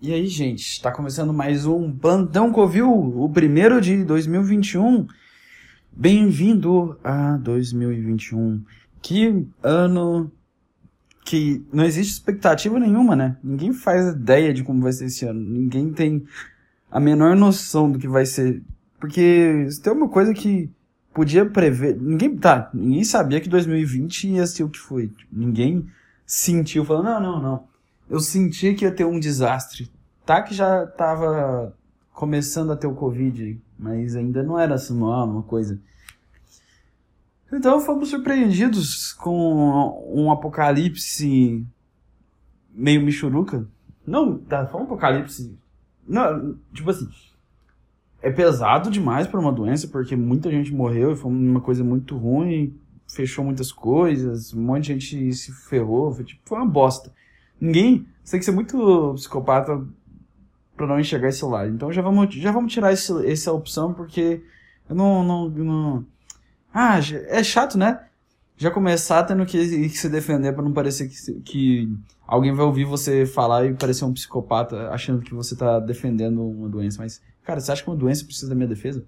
E aí, gente, tá começando mais um Plantão Covil, o primeiro de 2021. Bem-vindo a 2021. Que ano que não existe expectativa nenhuma, né? Ninguém faz ideia de como vai ser esse ano. Ninguém tem a menor noção do que vai ser. Porque se tem uma coisa que podia prever... Ninguém sabia que 2020 ia ser o que foi. Ninguém sentiu, falando, não. Eu senti que ia ter um desastre. Tá que já tava começando a ter o Covid, mas ainda não era assim, uma coisa. Então fomos surpreendidos com um apocalipse meio michuruca. Não, foi um apocalipse... Não, tipo assim, é pesado demais pra uma doença, porque muita gente morreu e foi uma coisa muito ruim, fechou muitas coisas, um monte de gente se ferrou, foi uma bosta. Você tem que ser muito psicopata pra não enxergar esse lado. Então já vamos tirar essa opção, porque eu não... Ah, é chato, né? Já começar tendo que se defender pra não parecer que alguém vai ouvir você falar e parecer um psicopata achando que você tá defendendo uma doença. Mas, cara, você acha que uma doença precisa da minha defesa?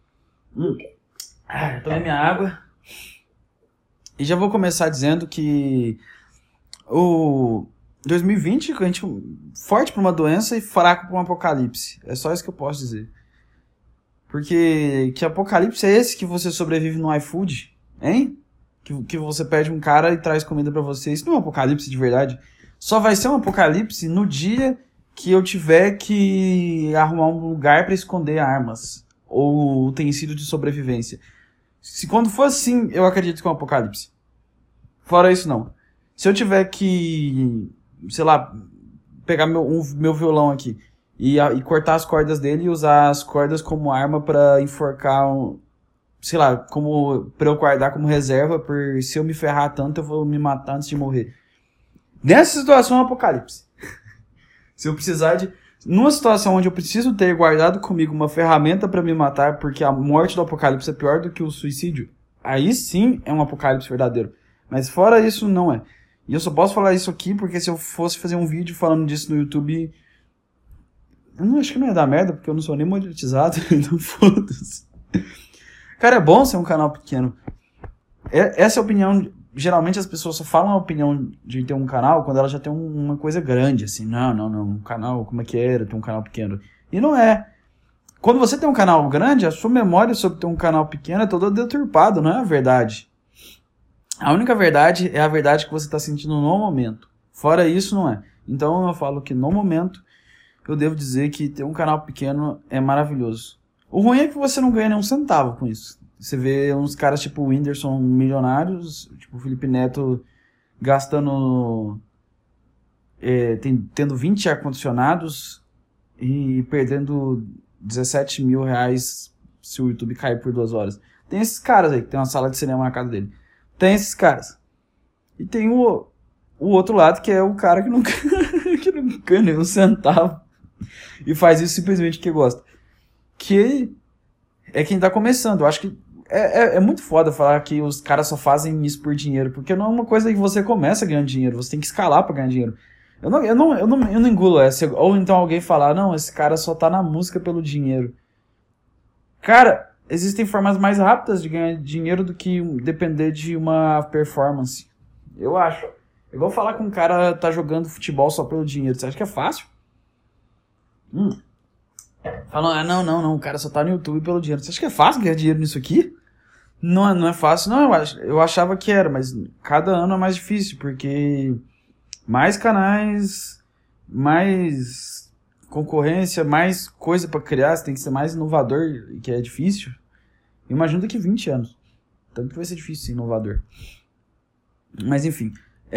Tomei minha água. E já vou começar dizendo que o 2020, a gente forte pra uma doença e fraco pra um apocalipse. É só isso que eu posso dizer. Porque que apocalipse é esse que você sobrevive no iFood? Hein? Que você pede um cara e traz comida pra você. Isso não é um apocalipse de verdade. Só vai ser um apocalipse no dia que eu tiver que arrumar um lugar pra esconder armas. Ou utensílio de sobrevivência. Se quando for assim, eu acredito que é um apocalipse. Fora isso, não. Se eu tiver que, sei lá, pegar meu violão aqui e cortar as cordas dele e usar as cordas como arma pra enforcar sei lá, como pra eu guardar como reserva, por se eu me ferrar tanto eu vou me matar antes de morrer. Nessa situação é um apocalipse. Se eu precisar de... Numa situação onde eu preciso ter guardado comigo uma ferramenta pra me matar, porque a morte do apocalipse é pior do que o suicídio, aí sim é um apocalipse verdadeiro. Mas fora isso, não é. E eu só posso falar isso aqui porque se eu fosse fazer um vídeo falando disso no YouTube, eu não acho que não ia dar merda, porque eu não sou nem monetizado, então foda-se. Cara, é bom ser um canal pequeno. Essa é a opinião... Geralmente as pessoas só falam a opinião de ter um canal quando ela já tem uma coisa grande, assim. Não. Um canal, como é que era ter um canal pequeno? E não é. Quando você tem um canal grande, a sua memória sobre ter um canal pequeno é toda deturpada, não é a verdade. A única verdade é a verdade que você está sentindo no momento. Fora isso, não é. Então eu falo que no momento eu devo dizer que ter um canal pequeno é maravilhoso. O ruim é que você não ganha nenhum centavo com isso. Você vê uns caras tipo o Whindersson milionários, tipo o Felipe Neto gastando... tendo 20 ar-condicionados e perdendo 17 mil reais se o YouTube cair por 2 horas. Tem esses caras aí, que tem uma sala de cinema na casa dele. Tem esses caras. E tem o outro lado, que é o cara que não, que não ganha nenhum centavo e faz isso simplesmente porque gosta. Que é quem tá começando. Eu acho que é muito foda falar que os caras só fazem isso por dinheiro, porque não é uma coisa que você começa ganhando dinheiro, você tem que escalar pra ganhar dinheiro. Eu não engulo essa. Ou então alguém falar, não, esse cara só tá na música pelo dinheiro. Cara, existem formas mais rápidas de ganhar dinheiro do que depender de uma performance. Eu acho. É igual falar que um cara tá jogando futebol só pelo dinheiro. Você acha que é fácil? Falam, não, o cara só tá no YouTube pelo dinheiro. Você acha que é fácil ganhar dinheiro nisso aqui? Não é fácil, não. Eu achava que era, mas cada ano é mais difícil, porque mais canais, mais concorrência, mais coisa pra criar, você tem que ser mais inovador, que é difícil. Imagina daqui 20 anos. Tanto que vai ser difícil ser inovador. Mas enfim,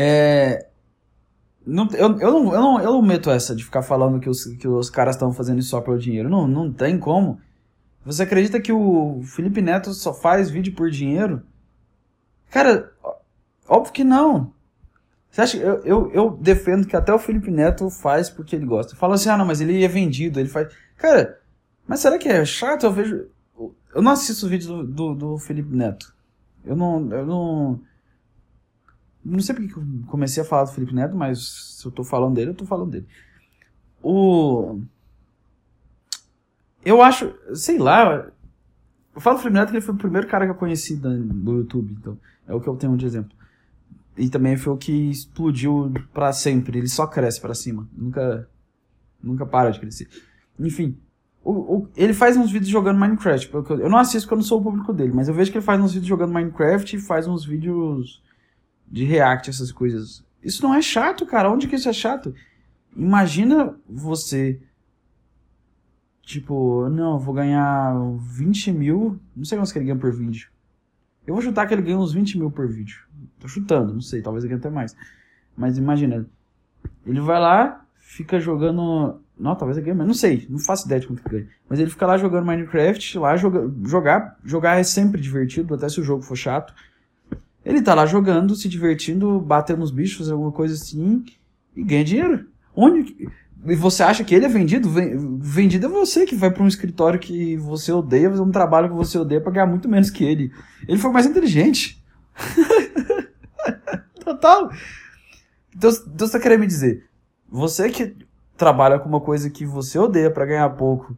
eu não meto essa de ficar falando que os caras estão fazendo isso só pelo dinheiro. Não tem como. Você acredita que o Felipe Neto só faz vídeo por dinheiro? Cara, óbvio que não. Você acha? Eu defendo que até o Felipe Neto faz porque ele gosta. Fala assim, não, mas ele é vendido, ele faz... Cara, mas será que é chato? Eu não assisto os vídeos do Felipe Neto. Eu não sei porque que eu comecei a falar do Felipe Neto, mas se eu tô falando dele, eu tô falando dele. Eu acho, sei lá, eu falo Felipe Neto que ele foi o primeiro cara que eu conheci do YouTube, então é o que eu tenho de exemplo. E também foi o que explodiu pra sempre, ele só cresce pra cima, nunca para de crescer. Enfim, ele faz uns vídeos jogando Minecraft, eu não assisto porque eu não sou o público dele, mas eu vejo que ele faz uns vídeos jogando Minecraft e faz uns vídeos de react, essas coisas. Isso não é chato, cara, onde que isso é chato? Imagina você... Tipo, não, eu vou ganhar 20 mil. Não sei quanto que ele ganha por vídeo. Eu vou chutar que ele ganha uns 20 mil por vídeo. Tô chutando, não sei, talvez ele ganhe até mais. Mas imagina, ele vai lá, fica jogando... Não, talvez ele ganhe mais, não sei, não faço ideia de quanto ele ganha. Mas ele fica lá jogando Minecraft, lá jogar é sempre divertido, até se o jogo for chato. Ele tá lá jogando, se divertindo, batendo nos bichos, alguma coisa assim, e ganha dinheiro. E você acha que ele é vendido? Vendido é você que vai pra um escritório que você odeia, fazer um trabalho que você odeia pra ganhar muito menos que ele. Ele foi mais inteligente. Total. Então você tá querendo me dizer, você que trabalha com uma coisa que você odeia pra ganhar pouco,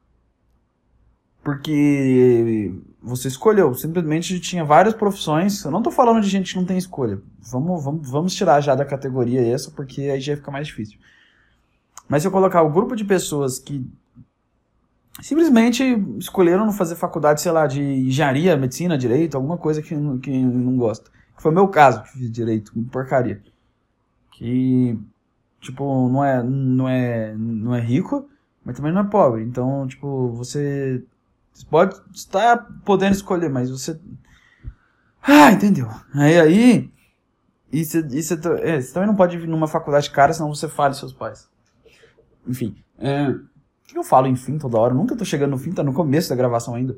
porque você escolheu, simplesmente tinha várias profissões. Eu não tô falando de gente que não tem escolha. Vamos tirar já da categoria essa, porque aí já fica mais difícil. Mas se eu colocar o grupo de pessoas que simplesmente escolheram não fazer faculdade, sei lá, de engenharia, medicina, direito, alguma coisa que não gosta. Que foi o meu caso, que fiz direito, porcaria. Que, tipo, não é rico, mas também não é pobre. Então, tipo, você pode estar podendo escolher, mas você... entendeu. Você também não pode vir numa faculdade cara, senão você falha seus pais. Enfim, por que eu falo enfim toda hora? Nunca tô chegando no fim, tá no começo da gravação ainda.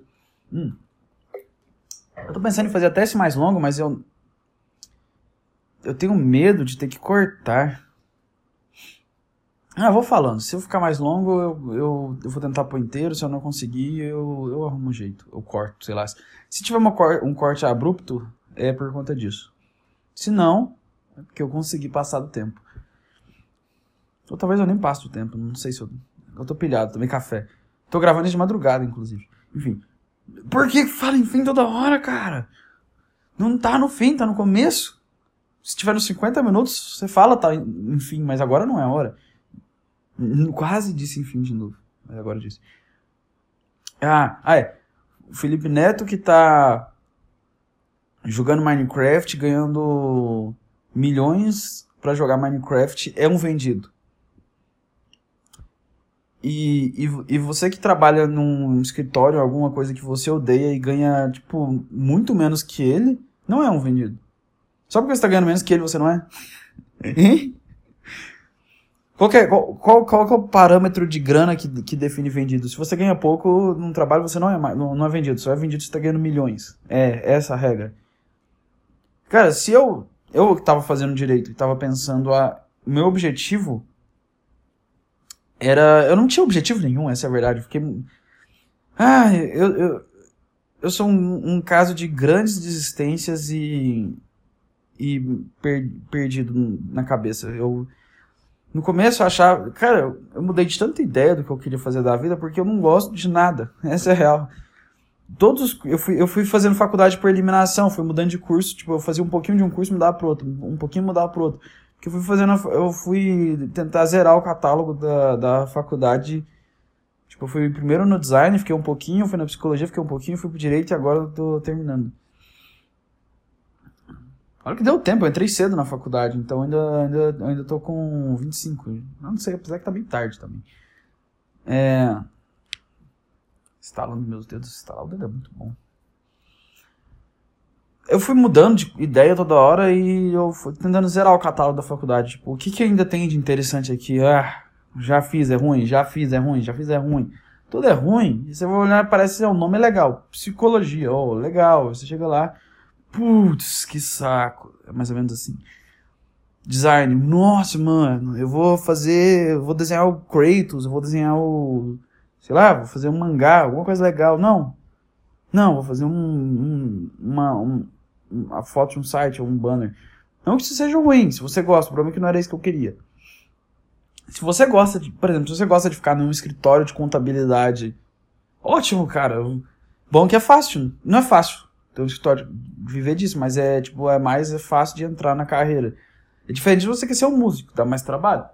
Eu tô pensando em fazer até esse mais longo, mas eu tenho medo de ter que cortar. Eu vou falando, se eu ficar mais longo, eu vou tentar pôr inteiro, se eu não conseguir, eu arrumo um jeito, eu corto, sei lá. Se tiver um corte abrupto, é por conta disso. Se não, é porque eu consegui passar do tempo. Ou talvez eu nem passe do tempo, não sei se eu tô pilhado, tomei café. Tô gravando isso de madrugada, inclusive. Enfim. Por que fala enfim toda hora, cara? Não tá no fim, tá no começo. Se tiver nos 50 minutos, você fala tá enfim, mas agora não é a hora. Quase disse enfim de novo, mas agora disse. O Felipe Neto que tá jogando Minecraft, ganhando milhões pra jogar Minecraft, é um vendido. E você que trabalha num escritório, alguma coisa que você odeia e ganha, tipo, muito menos que ele, não é um vendido. Só porque você tá ganhando menos que ele, você não é? Hein? Qual que é o parâmetro de grana que define vendido? Se você ganha pouco num trabalho, você não é vendido. Só é vendido se você tá ganhando milhões. É essa a regra. Cara, se eu tava fazendo direito e tava pensando, meu objetivo... Eu não tinha objetivo nenhum, essa é a verdade. Eu fiquei... Eu sou um caso de grandes desistências e perdido na cabeça. No começo eu achava... Cara, eu mudei de tanta ideia do que eu queria fazer da vida porque eu não gosto de nada. Essa é a real. Eu fui fazendo faculdade por eliminação, fui mudando de curso. Tipo, eu fazia um pouquinho de um curso e mudava pro outro. Um pouquinho e mudava pro outro. Que eu fui tentar zerar o catálogo da faculdade. Tipo, eu fui primeiro no design, fiquei um pouquinho, fui na psicologia, fiquei um pouquinho, fui pro direito e agora eu tô terminando. Olha que deu tempo, eu entrei cedo na faculdade, então ainda tô com 25. Eu não sei, apesar que tá bem tarde também. Estalando meus dedos, estalar o dedo é muito bom. Eu fui mudando de ideia toda hora e eu fui tentando zerar o catálogo da faculdade. Tipo, o que ainda tem de interessante aqui? Já fiz, é ruim, já fiz, é ruim, já fiz, é ruim. Tudo é ruim. E você vai olhar, parece que o nome é legal. Psicologia, legal. Você chega lá, putz, que saco. É mais ou menos assim. Design, nossa, mano, eu vou desenhar o Kratos, eu vou desenhar sei lá, vou fazer um mangá, alguma coisa legal. Não, vou fazer a foto de um site ou um banner. Não que isso seja ruim, se você gosta, o problema é que não era isso que eu queria. Se você gosta de, por exemplo, se você gosta de ficar num escritório de contabilidade, ótimo, cara. Bom que é fácil. Não é fácil ter um escritório, viver disso, mas é fácil de entrar na carreira. É diferente de você quer ser um músico, dá mais trabalho.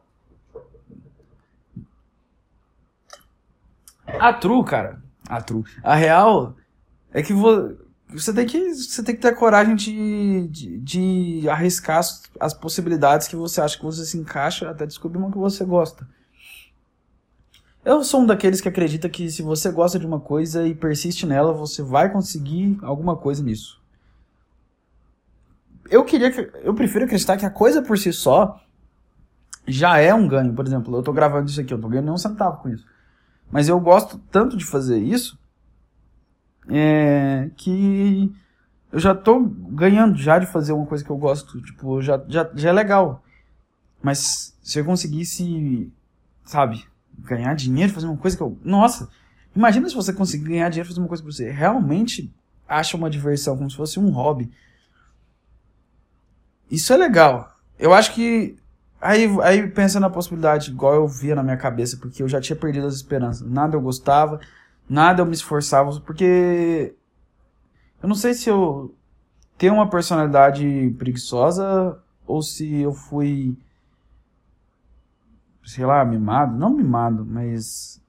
A real é que você tem que ter a coragem de arriscar as possibilidades que você acha que você se encaixa até descobrir uma que você gosta. Eu sou um daqueles que acredita que se você gosta de uma coisa e persiste nela, você vai conseguir alguma coisa nisso. Eu prefiro acreditar que a coisa por si só já é um ganho. Por exemplo, eu tô gravando isso aqui, eu não tô ganhando nem um centavo com isso. Mas eu gosto tanto de fazer isso que eu já tô ganhando já de fazer uma coisa que eu gosto. Tipo, já é legal. Mas se eu conseguisse, sabe, ganhar dinheiro fazendo uma coisa que eu... Nossa, imagina se você conseguir ganhar dinheiro fazendo uma coisa que você realmente acha uma diversão, como se fosse um hobby. Isso é legal. Eu acho que... Aí pensa na possibilidade, igual eu via na minha cabeça, porque eu já tinha perdido as esperanças. Nada eu gostava, nada eu me esforçava, porque... Eu não sei se eu tenho uma personalidade preguiçosa ou se eu fui... sei lá, mimado. Não mimado, mas...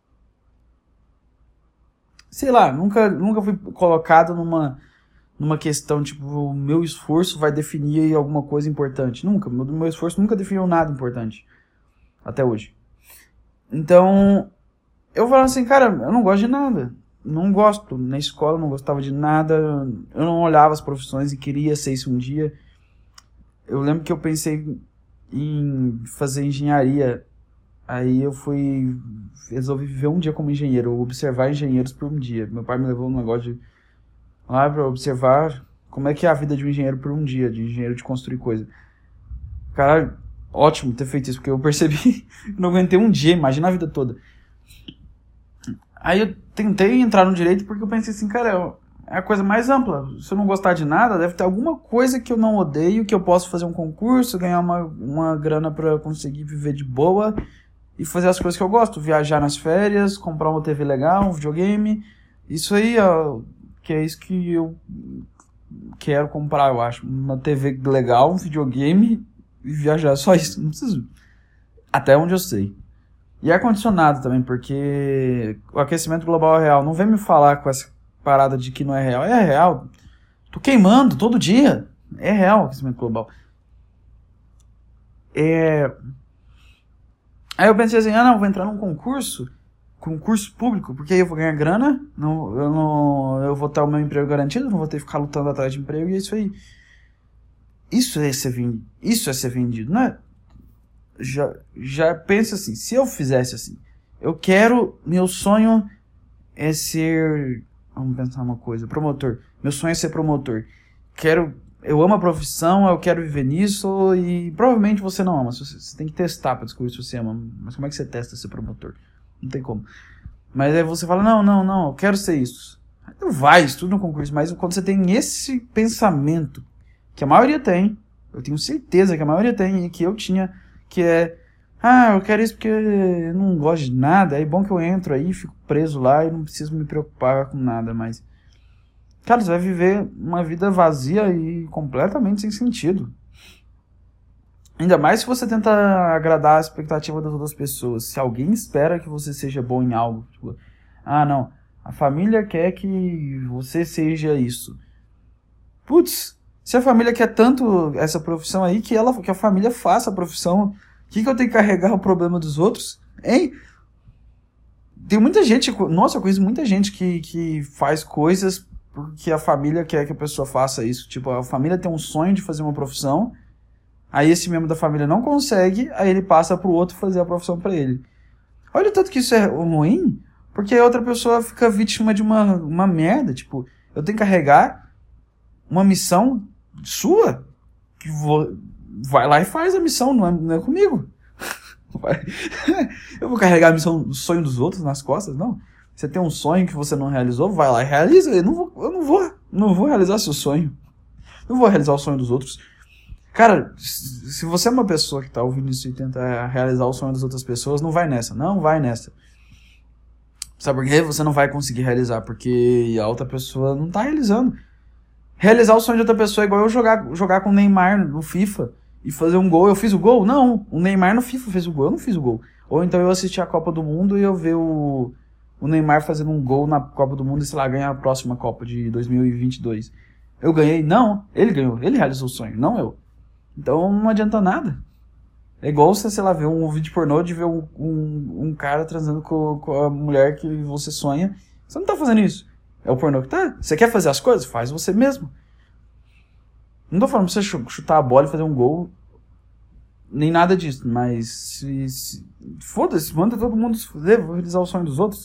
sei lá, nunca fui colocado numa questão, tipo, o meu esforço vai definir alguma coisa importante. Nunca. O meu esforço nunca definiu nada importante. Até hoje. Então, eu falo assim, cara, eu não gosto de nada. Não gosto. Na escola eu não gostava de nada. Eu não olhava as profissões e queria ser isso um dia. Eu lembro que eu pensei em fazer engenharia. Aí eu resolvi viver um dia como engenheiro. Observar engenheiros por um dia. Meu pai me levou num negócio de... lá para observar como é que é a vida de um engenheiro por um dia, de engenheiro de construir coisa. Cara, ótimo ter feito isso, porque eu percebi que não aguentei um dia, imagina a vida toda. Aí eu tentei entrar no direito porque eu pensei assim, cara, é a coisa mais ampla. Se eu não gostar de nada, deve ter alguma coisa que eu não odeio, que eu posso fazer um concurso, ganhar uma grana para conseguir viver de boa e fazer as coisas que eu gosto. Viajar nas férias, comprar uma TV legal, um videogame. Isso aí, ó, que é isso que eu quero comprar, eu acho. Uma TV legal, um videogame e viajar. Só isso, não preciso. Até onde eu sei. E ar-condicionado também, porque o aquecimento global é real. Não vem me falar com essa parada de que não é real. É real. Tô queimando todo dia. É real o aquecimento global. Aí eu pensei assim, não, vou entrar num concurso público, porque aí eu vou ganhar grana, eu vou ter o meu emprego garantido, não vou ter que ficar lutando atrás de emprego, e é isso aí. Isso é ser vendido, né? Já pensa assim, se eu fizesse assim, meu sonho é ser, vamos pensar uma coisa, promotor. Meu sonho é ser promotor. Eu amo a profissão, eu quero viver nisso, e provavelmente você não ama, você tem que testar pra descobrir se você ama, mas como é que você testa ser promotor? Não tem como. Mas aí você fala, não, eu quero ser isso. Não vai, estuda no concurso, mas quando você tem esse pensamento, que a maioria tem, eu tenho certeza que a maioria tem, e que eu tinha, que é, eu quero isso porque eu não gosto de nada, é bom que eu entro aí, fico preso lá e não preciso me preocupar com nada mais. Cara, você vai viver uma vida vazia e completamente sem sentido. Ainda mais se você tenta agradar a expectativa das outras pessoas. Se alguém espera que você seja bom em algo. Tipo, não, a família quer que você seja isso. Putz, se a família quer tanto essa profissão aí, que a família faça a profissão. O que eu tenho que carregar o problema dos outros? Hein? Tem muita gente, nossa, eu conheço muita gente que faz coisas porque a família quer que a pessoa faça isso. Tipo, a família tem um sonho de fazer uma profissão, aí esse membro da família não consegue, aí ele passa pro outro fazer a profissão pra ele. Olha o tanto que isso é ruim, porque a outra pessoa fica vítima de uma merda. Tipo, eu tenho que carregar uma missão sua, que vai lá e faz a missão, não é comigo. Eu vou carregar a missão, o sonho dos outros nas costas, não. Você tem um sonho que você não realizou, vai lá e realiza. Eu não vou realizar seu sonho. Não vou realizar o sonho dos outros. Cara, se você é uma pessoa que tá ouvindo isso e tenta realizar o sonho das outras pessoas, não vai nessa. Não vai nessa. Sabe por quê? Você não vai conseguir realizar, porque a outra pessoa não tá realizando. Realizar o sonho de outra pessoa é igual eu jogar com o Neymar no FIFA e fazer um gol. Eu fiz o gol? Não. O Neymar no FIFA fez o gol, eu não fiz o gol. Ou então eu assisti a Copa do Mundo e eu ver o Neymar fazendo um gol na Copa do Mundo e, sei lá, ganhar a próxima Copa de 2022. Eu ganhei? Não. Ele ganhou. Ele realizou o sonho, não eu. Então não adianta nada. É igual você, sei lá, ver um vídeo pornô de ver um cara transando com a mulher que você sonha. Você não tá fazendo isso. É o pornô que tá. Você quer fazer as coisas? Faz você mesmo. Não tô falando pra você chutar a bola e fazer um gol. Nem nada disso. Mas foda-se, manda todo mundo se fuder, vou realizar o sonho dos outros.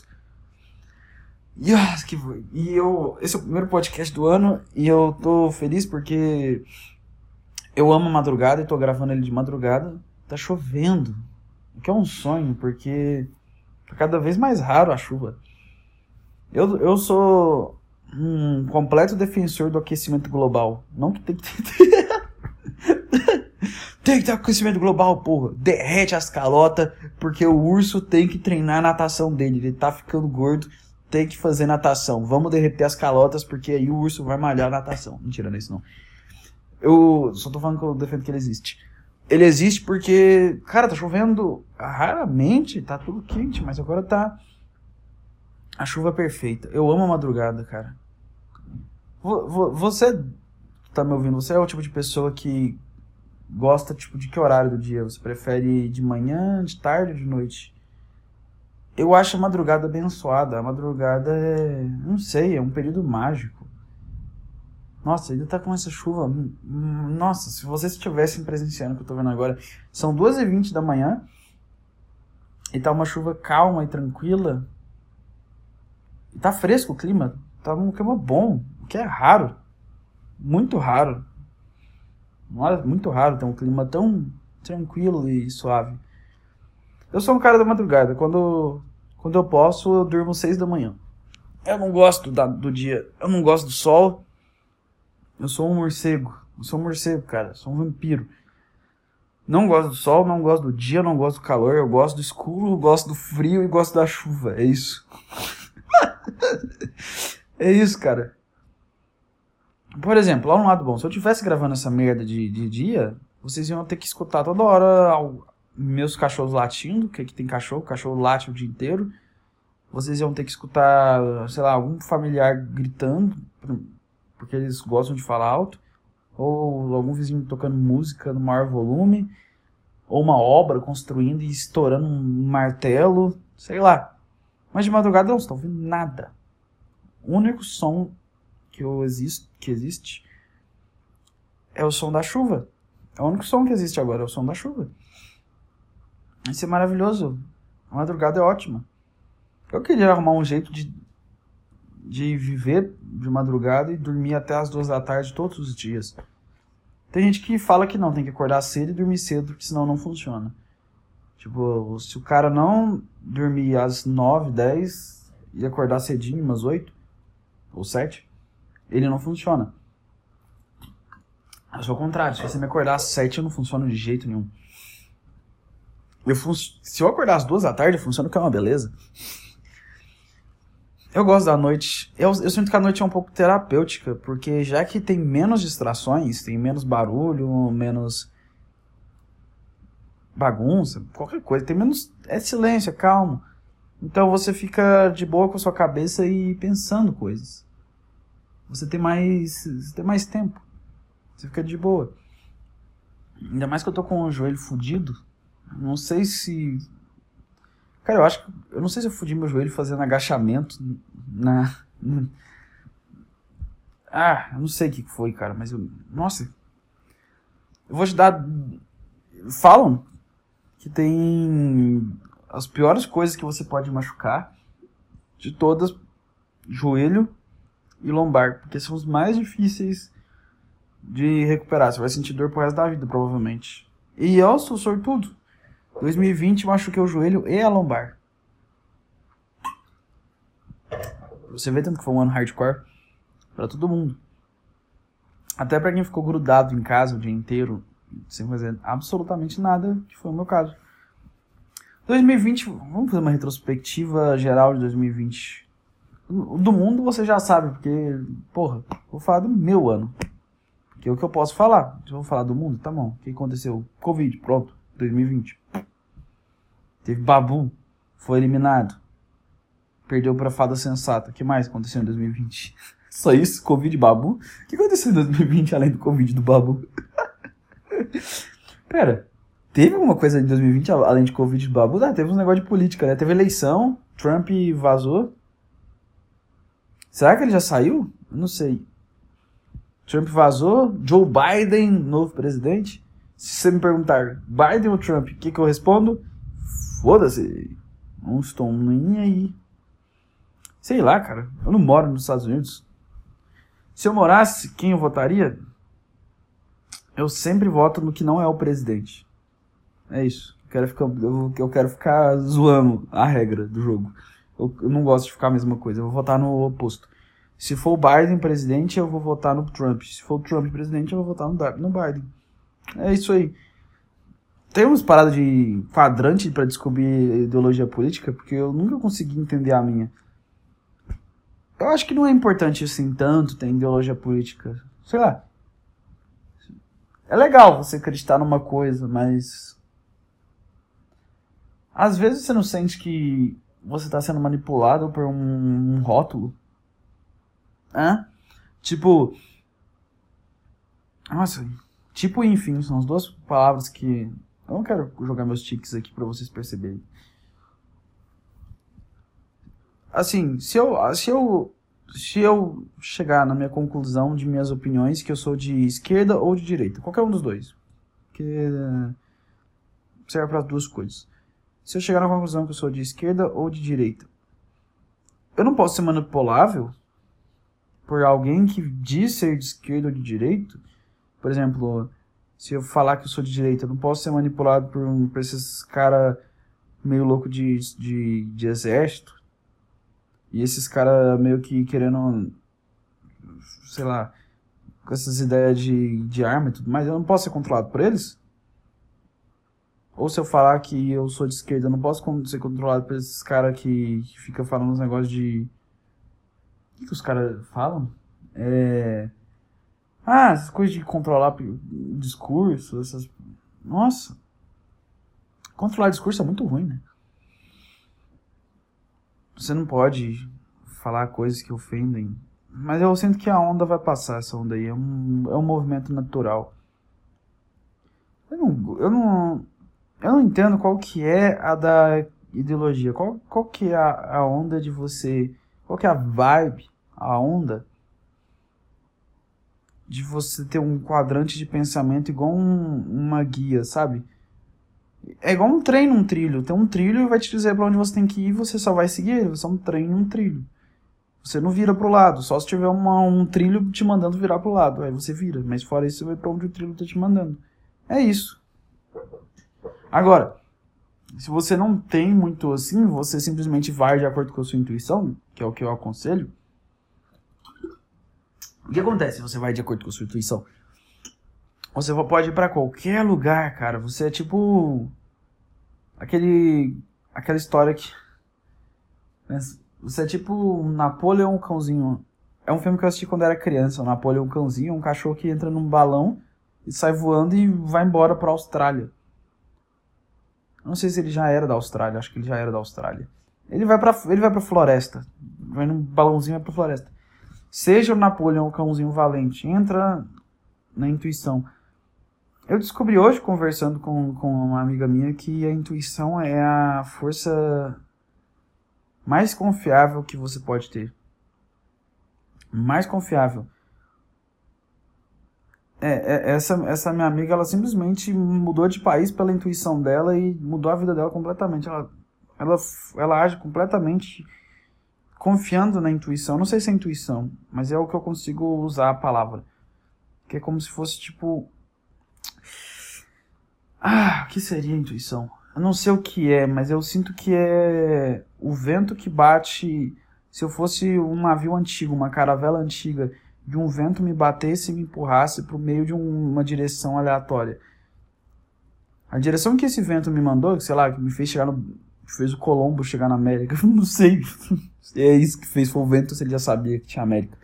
Esse é o primeiro podcast do ano e eu tô feliz porque eu amo a madrugada e tô gravando ele de madrugada. Tá chovendo, o que é um sonho, porque tá cada vez mais raro a chuva. Eu sou um completo defensor do aquecimento global. Não que tem que ter... Tem que ter aquecimento global, porra. Derrete as calotas, porque o urso tem que treinar a natação dele. Ele tá ficando gordo, tem que fazer natação. Vamos derreter as calotas, porque aí o urso vai malhar a natação. Mentira, não é isso não. Eu só tô falando que eu defendo que ele existe. Ele existe porque, cara, tá chovendo raramente, tá tudo quente, mas agora tá a chuva perfeita. Eu amo a madrugada, cara. Você tá me ouvindo? Você é o tipo de pessoa que gosta, tipo, de que horário do dia? Você prefere de manhã, de tarde ou de noite? Eu acho a madrugada abençoada. A madrugada não sei, é um período mágico. Nossa, ainda tá com essa chuva. Nossa, se vocês estivessem presenciando o que eu tô vendo agora. São 2h20 da manhã. E tá uma chuva calma e tranquila. E tá fresco o clima. Tá um clima bom. O que é raro. Muito raro. Muito raro ter um clima tão tranquilo e suave. Eu sou um cara da madrugada. Quando eu posso, eu durmo 6 da manhã. Eu não gosto do dia. Eu não gosto do sol. Eu sou um morcego. Eu sou um morcego, cara. Eu sou um vampiro. Não gosto do sol, não gosto do dia, não gosto do calor. Eu gosto do escuro, eu gosto do frio e gosto da chuva. É isso. É isso, cara. Por exemplo, lá no lado bom. Se eu tivesse gravando essa merda de dia, vocês iam ter que escutar toda hora meus cachorros latindo. Que aqui tem cachorro. Cachorro late o dia inteiro. Vocês iam ter que escutar, sei lá, algum familiar gritando, porque eles gostam de falar alto, ou algum vizinho tocando música no maior volume, ou uma obra construindo e estourando um martelo, sei lá. Mas de madrugada não estão ouvindo nada. O único som que existe é o som da chuva. É o único som que existe agora, é o som da chuva. Isso é maravilhoso. A madrugada é ótima. Eu queria arrumar um jeito de viver de madrugada e dormir até as 2 da tarde todos os dias. Tem gente que fala que não, tem que acordar cedo e dormir cedo, porque senão não funciona. Tipo, se o cara não dormir às 9, 10 e acordar cedinho, umas 8 ou 7, ele não funciona. Eu sou o contrário, se você me acordar às 7, eu não funciono de jeito nenhum. Se eu acordar às 2 da tarde, funciona, que é uma beleza. Eu gosto da noite. Eu sinto que a noite é um pouco terapêutica, porque já que tem menos distrações, tem menos barulho, menos bagunça, qualquer coisa, tem menos... É silêncio, é calmo. Então você fica de boa com a sua cabeça e pensando coisas. Você tem mais tempo. Você fica de boa. Ainda mais que eu tô com o joelho fudido. Não sei se... Cara, eu não sei se eu fudi meu joelho fazendo agachamento eu não sei o que foi, cara, mas nossa. Eu vou te dar... Falam que tem as piores coisas que você pode machucar de todas, joelho e lombar, porque são os mais difíceis de recuperar. Você vai sentir dor pro resto da vida, provavelmente. E eu sou sortudo. 2020 machuquei o joelho e a lombar. Você vê tanto que foi um ano hardcore pra todo mundo. Até pra quem ficou grudado em casa o dia inteiro, sem fazer absolutamente nada, que foi o meu caso. 2020, vamos fazer uma retrospectiva geral de 2020. Do mundo você já sabe, porque, porra, vou falar do meu ano. Que é o que eu posso falar. Se eu vou falar do mundo, tá bom. O que aconteceu? Covid, pronto. 2020. Teve Babu, foi eliminado. Perdeu pra Fada Sensata. O que mais aconteceu em 2020? Só isso? Covid e Babu? O que aconteceu em 2020 além do Covid do Babu? Pera, teve alguma coisa em 2020 além de Covid e do Babu? Ah, teve uns negócio de política, né? Teve eleição, Trump vazou. Será que ele já saiu? Eu não sei. Trump vazou, Joe Biden, novo presidente. Se você me perguntar, Biden ou Trump, o que eu respondo? Foda-se. Não estou nem aí. Sei lá, cara. Eu não moro nos Estados Unidos. Se eu morasse, quem eu votaria? Eu sempre voto no que não é o presidente. É isso. Eu quero ficar zoando a regra do jogo. Eu não gosto de ficar a mesma coisa. Eu vou votar no oposto. Se for o Biden presidente, eu vou votar no Trump. Se for o Trump presidente, eu vou votar no Biden. É isso aí. Tem umas paradas de quadrante pra descobrir ideologia política, porque eu nunca consegui entender a minha. Eu acho que não é importante assim tanto ter ideologia política. Sei lá. É legal você acreditar numa coisa, mas às vezes você não sente que você tá sendo manipulado por um rótulo. Hã? Tipo... Nossa, tipo e enfim, são as duas palavras que... Eu não quero jogar meus tiques aqui pra vocês perceberem. Assim, se eu chegar na minha conclusão de minhas opiniões que eu sou de esquerda ou de direita, qualquer um dos dois, porque serve para as duas coisas. Se eu chegar na conclusão que eu sou de esquerda ou de direita, eu não posso ser manipulável por alguém que diz ser de esquerda ou de direita. Por exemplo, se eu falar que eu sou de direita, eu não posso ser manipulado por esses caras meio louco de exército. E esses caras meio que querendo, sei lá, com essas ideias de arma e tudo mais, eu não posso ser controlado por eles? Ou se eu falar que eu sou de esquerda, eu não posso ser controlado por esses caras que ficam falando uns negócios de... O que os caras falam? Essas coisas de controlar discurso, essas... Nossa! Controlar discurso é muito ruim, né? Você não pode falar coisas que ofendem. Mas eu sinto que a onda vai passar, essa onda aí. É um movimento natural. Eu não entendo qual que é a da ideologia. Qual que é a onda de você... Qual que é a vibe, a onda de você ter um quadrante de pensamento igual uma guia, sabe? É igual um trem num trilho. Tem um trilho e vai te dizer pra onde você tem que ir, você só vai seguir ele. Você é um trem num trilho. Você não vira pro lado, só se tiver um trilho te mandando virar pro lado. Aí você vira, mas fora isso você vai pra onde o trilho tá te mandando. É isso. Agora, se você não tem muito assim, você simplesmente vai de acordo com a sua intuição, que é o que eu aconselho. O que acontece se você vai de acordo com a sua intuição? Você pode ir pra qualquer lugar, cara. Você é tipo... Aquela história que... Você é tipo um Napoleão Cãozinho. É um filme que eu assisti quando era criança. O Napoleão Cãozinho é um cachorro que entra num balão e sai voando e vai embora pra Austrália. Eu não sei se ele já era da Austrália. Acho que ele já era da Austrália. Ele vai pra floresta. Vai num balãozinho e vai pra floresta. Seja o Napoleão Cãozinho valente. Entra na intuição. Eu descobri hoje, conversando com uma amiga minha, que a intuição é a força mais confiável que você pode ter. Mais confiável. Essa minha amiga, ela simplesmente mudou de país pela intuição dela e mudou a vida dela completamente. Ela age completamente confiando na intuição. Não sei se é intuição, mas é o que eu consigo usar a palavra. Que é como se fosse tipo... o que seria a intuição? Eu não sei o que é, mas eu sinto que é o vento que bate. Se eu fosse um navio antigo, uma caravela antiga, de um vento me batesse e me empurrasse pro meio de uma direção aleatória. A direção que esse vento me mandou, sei lá, que me fez chegar fez o Colombo chegar na América, eu não sei se é isso que fez, foi o vento, se ele já sabia que tinha América.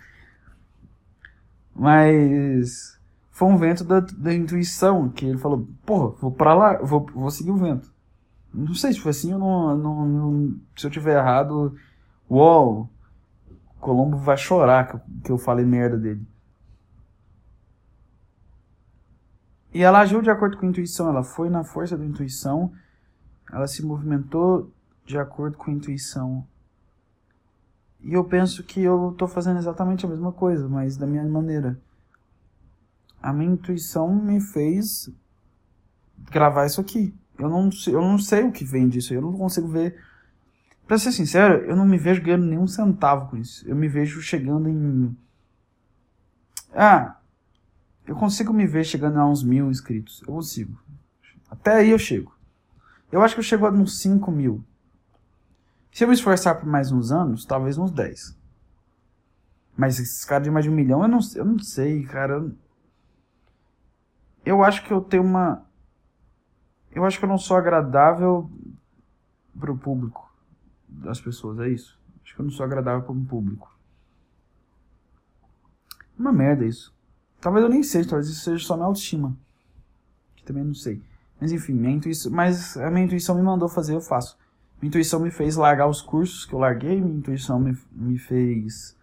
Mas foi um vento da intuição, que ele falou, porra, vou pra lá, vou seguir o vento. Não sei se foi assim ou não, se eu tiver errado, uou, Colombo vai chorar que eu falei merda dele. E ela agiu de acordo com a intuição, ela foi na força da intuição, ela se movimentou de acordo com a intuição. E eu penso que eu tô fazendo exatamente a mesma coisa, mas da minha maneira. A minha intuição me fez gravar isso aqui. Eu não sei o que vem disso, eu não consigo ver. Pra ser sincero, eu não me vejo ganhando nenhum centavo com isso. Eu me vejo chegando em... eu consigo me ver chegando a uns 1.000 inscritos. Eu consigo. Até aí eu chego. Eu acho que eu chego a uns 5.000. Se eu me esforçar por mais uns anos, talvez uns 10. Mas esses caras de mais de 1 milhão, eu não sei, cara. Eu acho que eu tenho uma... Eu acho que eu não sou agradável pro público das pessoas, é isso. Acho que eu não sou agradável pro público. Uma merda isso. Talvez eu nem seja, talvez isso seja só minha autoestima. Que também não sei. Mas enfim, mas a minha intuição me mandou fazer, eu faço. Minha intuição me fez largar os cursos que eu larguei, minha intuição me fez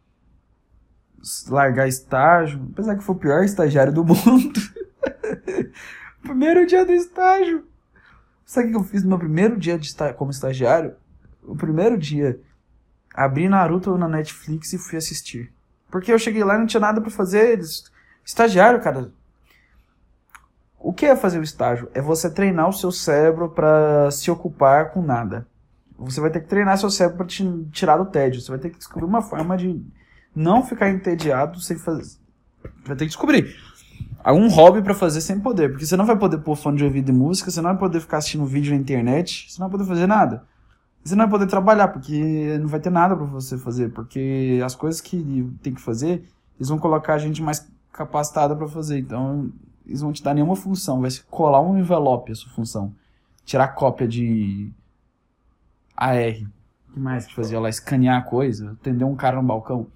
largar estágio, apesar que foi o pior estagiário do mundo. Primeiro dia do estágio. Sabe o que eu fiz no meu primeiro dia como estagiário? O primeiro dia, abri Naruto na Netflix e fui assistir. Porque eu cheguei lá e não tinha nada pra fazer. Estagiário, cara. O que é fazer o estágio? É você treinar o seu cérebro pra se ocupar com nada. Você vai ter que treinar seu cérebro pra te tirar do tédio. Você vai ter que descobrir uma forma de não ficar entediado sem fazer. Vai ter que descobrir algum hobby pra fazer sem poder. Porque você não vai poder pôr fone de ouvido e música, você não vai poder ficar assistindo vídeo na internet, você não vai poder fazer nada. Você não vai poder trabalhar, porque não vai ter nada pra você fazer. Porque as coisas que tem que fazer, eles vão colocar a gente mais capacitada pra fazer. Então, eles vão te dar nenhuma função. Vai se colar um envelope a sua função. Tirar cópia de AR. O que mais que fazia lá? Escanear a coisa. Atender um cara no balcão.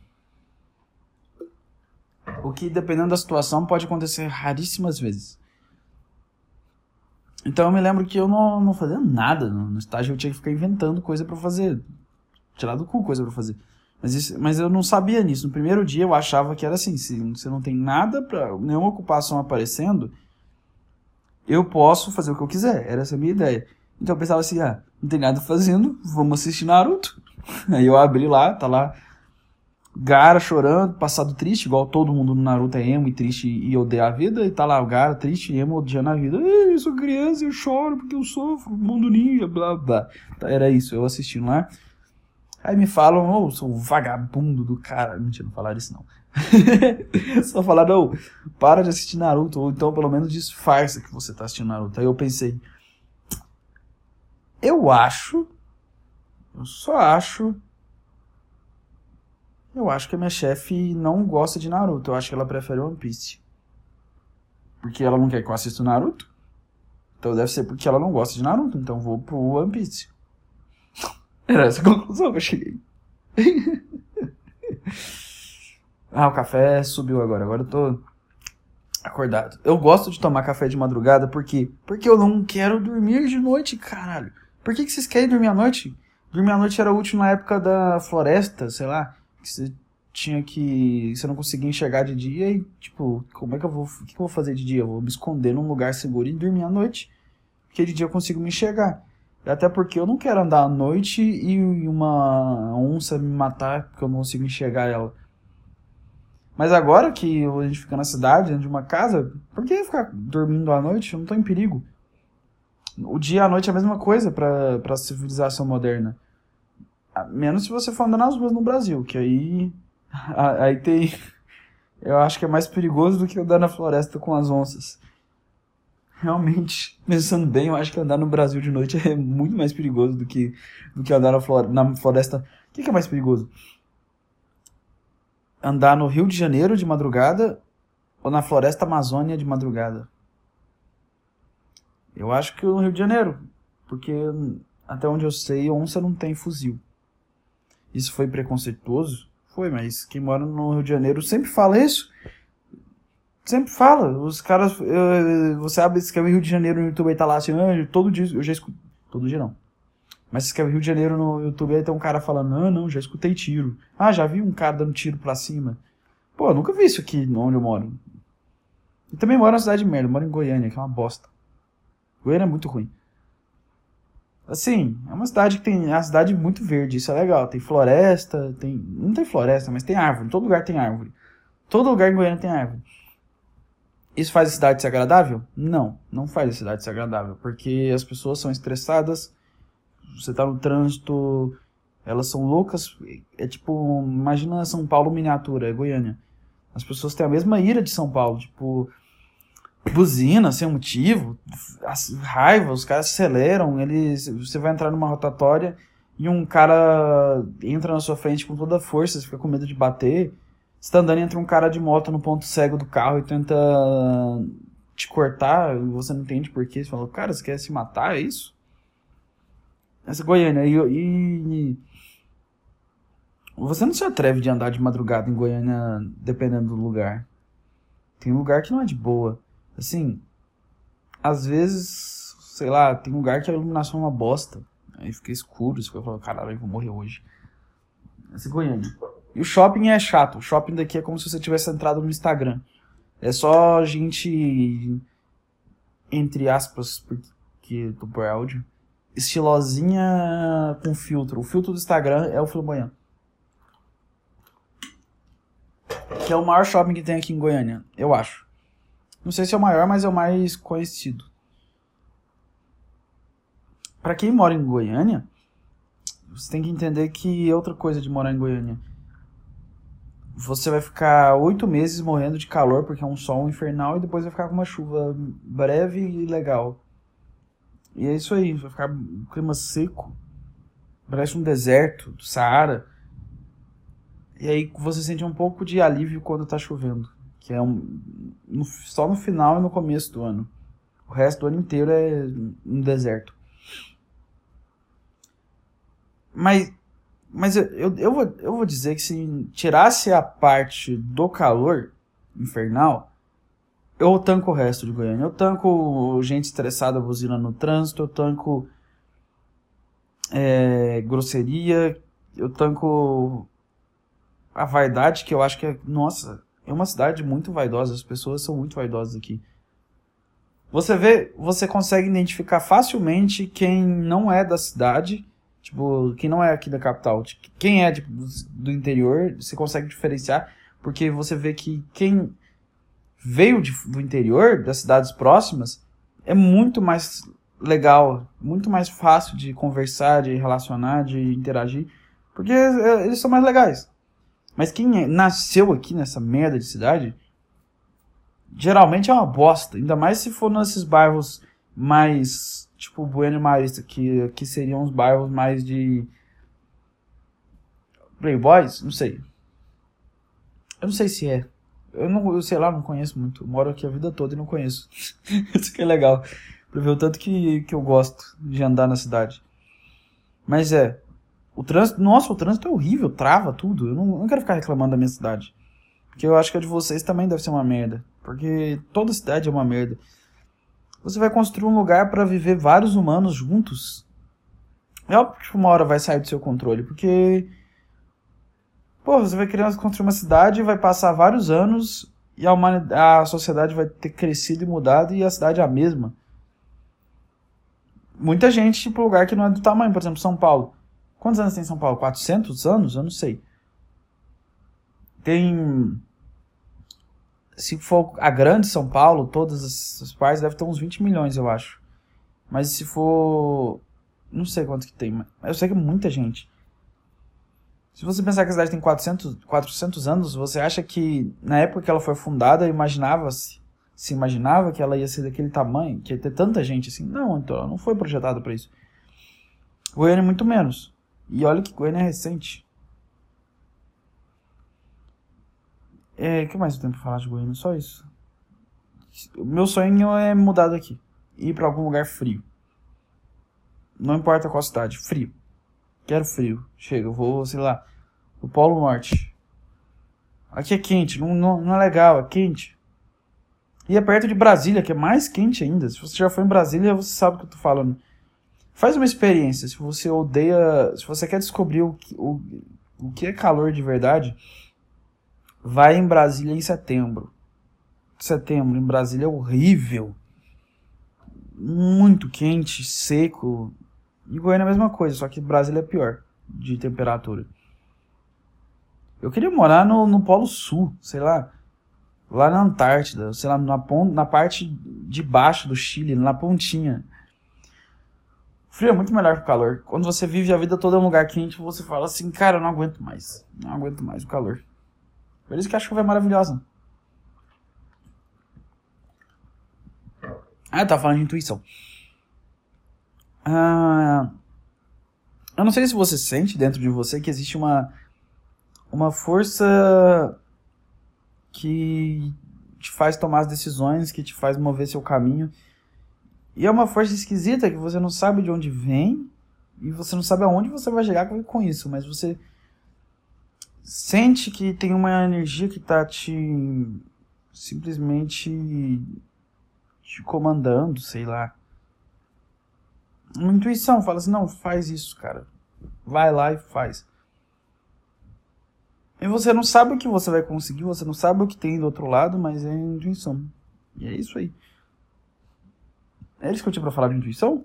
O que, dependendo da situação, pode acontecer raríssimas vezes. Então eu me lembro que eu não fazia nada no estágio, eu tinha que ficar inventando coisa pra fazer. Tirar do cu coisa pra fazer. Mas eu não sabia nisso. No primeiro dia eu achava que era assim, se você não tem nada nenhuma ocupação aparecendo, eu posso fazer o que eu quiser. Era essa a minha ideia. Então eu pensava assim, não tem nada fazendo, vamos assistir Naruto. Aí eu abri lá, tá lá Gaara chorando, passado triste, igual todo mundo no Naruto é emo e triste e odeia a vida, e tá lá o Gaara triste, emo, odiando a vida. Eu sou criança, eu choro porque eu sofro, mundo ninja, blá blá. Era isso, eu assistindo lá. Aí me falam, sou o vagabundo do cara. Mentira, não falaram isso não. Só falaram, para de assistir Naruto, ou então pelo menos disfarça que você tá assistindo Naruto. Aí eu pensei, eu acho que a minha chefe não gosta de Naruto. Eu acho que ela prefere One Piece. Porque ela não quer que eu assista Naruto. Então deve ser porque ela não gosta de Naruto. Então vou pro One Piece. Era essa a conclusão que eu cheguei. O café subiu agora. Agora eu tô acordado. Eu gosto de tomar café de madrugada. Por quê? Porque eu não quero dormir de noite, caralho. Por que vocês querem dormir à noite? Dormir à noite era útil na época da floresta, sei lá. Que você não conseguia enxergar de dia e, tipo, como é que eu vou... O que eu vou fazer de dia? Eu vou me esconder num lugar seguro e dormir à noite. Porque de dia eu consigo me enxergar. Até porque eu não quero andar à noite e uma onça me matar porque eu não consigo enxergar ela. Mas agora que a gente fica na cidade, dentro de uma casa, por que ficar dormindo à noite? Eu não tô em perigo. O dia e a noite é a mesma coisa pra civilização moderna. Menos se você for andar nas ruas no Brasil, que aí tem... Eu acho que é mais perigoso do que andar na floresta com as onças. Realmente, pensando bem, eu acho que andar no Brasil de noite é muito mais perigoso do que andar na floresta. O que é mais perigoso? Andar no Rio de Janeiro de madrugada ou na floresta Amazônia de madrugada? Eu acho que no Rio de Janeiro, porque até onde eu sei, onça não tem fuzil. Isso foi preconceituoso? Foi, mas quem mora no Rio de Janeiro sempre fala isso. Sempre fala. Os caras. Você abre, escreve Rio de Janeiro no YouTube e tá lá assim, todo dia. Eu já escuto. Todo dia não. Mas se escreve Rio de Janeiro no YouTube aí tem um cara falando, não, já escutei tiro. Ah, já vi um cara dando tiro pra cima. Pô, eu nunca vi isso aqui onde eu moro. E também moro na cidade de merda, eu moro em Goiânia, que é uma bosta. Goiânia é muito ruim. Assim, é uma cidade que tem. É uma cidade muito verde, isso é legal. Tem floresta, tem. Não tem floresta, mas tem árvore. Em todo lugar tem árvore. Todo lugar em Goiânia tem árvore. Isso faz a cidade ser agradável? Não, não faz a cidade ser agradável. Porque as pessoas são estressadas. Você tá no trânsito. Elas são loucas. É tipo, imagina São Paulo miniatura, é Goiânia. As pessoas têm a mesma ira de São Paulo. Tipo, buzina sem motivo, raiva, os caras aceleram, você vai entrar numa rotatória e um cara entra na sua frente com toda a força, você fica com medo de bater, você tá andando e entra um cara de moto no ponto cego do carro e tenta te cortar, e você não entende por quê, você fala, cara, você quer se matar, é isso? Essa é Goiânia, e você não se atreve de andar de madrugada em Goiânia dependendo do lugar. Tem lugar que não é de boa. Assim, às vezes, sei lá, tem lugar que a iluminação é uma bosta. Aí fica escuro, você fica falando, caralho, eu vou morrer hoje. Essa é Goiânia. E o shopping é chato. O shopping daqui é como se você tivesse entrado no Instagram. É só gente, entre aspas, porque eu tô por áudio, estilosinha com filtro. O filtro do Instagram é o Flamboyant. Que é o maior shopping que tem aqui em Goiânia, eu acho. Não sei se é o maior, mas é o mais conhecido. Pra quem mora em Goiânia, você tem que entender que é outra coisa de morar em Goiânia. Você vai ficar 8 meses morrendo de calor porque é um sol infernal e depois vai ficar com uma chuva breve e legal. E é isso aí, vai ficar um clima seco, parece um deserto do Saara. E aí você sente um pouco de alívio quando tá chovendo, que é só no final e no começo do ano. O resto do ano inteiro é um deserto. Mas eu vou dizer que se tirasse a parte do calor infernal, eu tanco o resto de Goiânia. Eu tanco gente estressada buzinando no trânsito, eu tanco grosseria, eu tanco a vaidade, que eu acho que é, nossa, é uma cidade muito vaidosa, as pessoas são muito vaidosas aqui. Você consegue identificar facilmente quem não é da cidade, tipo, quem não é aqui da capital, tipo, quem é tipo, do interior, você consegue diferenciar, porque você vê que quem veio do interior, das cidades próximas, é muito mais legal, muito mais fácil de conversar, de relacionar, de interagir, porque eles são mais legais. Mas quem nasceu aqui nessa merda de cidade, geralmente é uma bosta. Ainda mais se for nesses bairros mais, tipo, Bueno e Marista, que seriam os bairros mais de playboys, não sei. Eu não sei se é. Eu sei lá, não conheço muito. Eu moro aqui a vida toda e não conheço. Isso que é legal. Pra ver o tanto que eu gosto de andar na cidade. Mas o trânsito, nossa, o trânsito é horrível, trava tudo. Eu não quero ficar reclamando da minha cidade. Porque eu acho que a de vocês também deve ser uma merda. Porque toda cidade é uma merda. Você vai construir um lugar pra viver vários humanos juntos. É óbvio que uma hora vai sair do seu controle. Porque, pô, você vai querer construir uma cidade, vai passar vários anos e a sociedade vai ter crescido e mudado e a cidade é a mesma. Muita gente, tipo, lugar que não é do tamanho. Por exemplo, São Paulo. Quantos anos tem São Paulo? 400 anos? Eu não sei. Tem... Se for a grande São Paulo, todas as partes, deve ter uns 20 milhões, eu acho. Mas se for... Não sei quanto que tem, mas eu sei que é muita gente. Se você pensar que a cidade tem 400 anos, você acha que na época que ela foi fundada, se imaginava que ela ia ser daquele tamanho, que ia ter tanta gente assim? Não, então ela não foi projetada para isso. Goiânia é muito menos. E olha que Goiânia é recente. O que mais eu tenho pra falar de Goiânia? Só isso. O meu sonho é mudar daqui. ir pra algum lugar frio. Não importa qual cidade, frio. Quero frio. Chega, eu vou, sei lá, pro Polo Norte. Aqui é quente, não é legal, é quente. E é perto de Brasília, que é mais quente ainda. Se você já foi em Brasília, você sabe o que eu tô falando. Faz uma experiência. Se você odeia... Se você quer descobrir o que é calor de verdade, vai em Brasília em setembro. Setembro em Brasília é horrível. Muito quente, seco. E Goiânia é a mesma coisa, só que Brasília é pior de temperatura. Eu queria morar no Polo Sul, sei lá. Lá na Antártida, sei lá, na parte de baixo do Chile, na pontinha. Frio é muito melhor que o calor. Quando você vive a vida toda em um lugar quente, você fala assim, cara, eu não aguento mais. Não aguento mais o calor. Por isso que a chuva é maravilhosa. Eu tava falando de intuição. Eu não sei se você sente dentro de você que existe uma força que te faz tomar as decisões, que te faz mover seu caminho. E é uma força esquisita que você não sabe de onde vem e você não sabe aonde você vai chegar com isso, mas você sente que tem uma energia que tá simplesmente te comandando, sei lá. Uma intuição fala assim, não, faz isso, cara. Vai lá e faz. E você não sabe o que você vai conseguir, você não sabe o que tem do outro lado, mas é intuição. E é isso aí. É isso que eu tinha pra falar de intuição?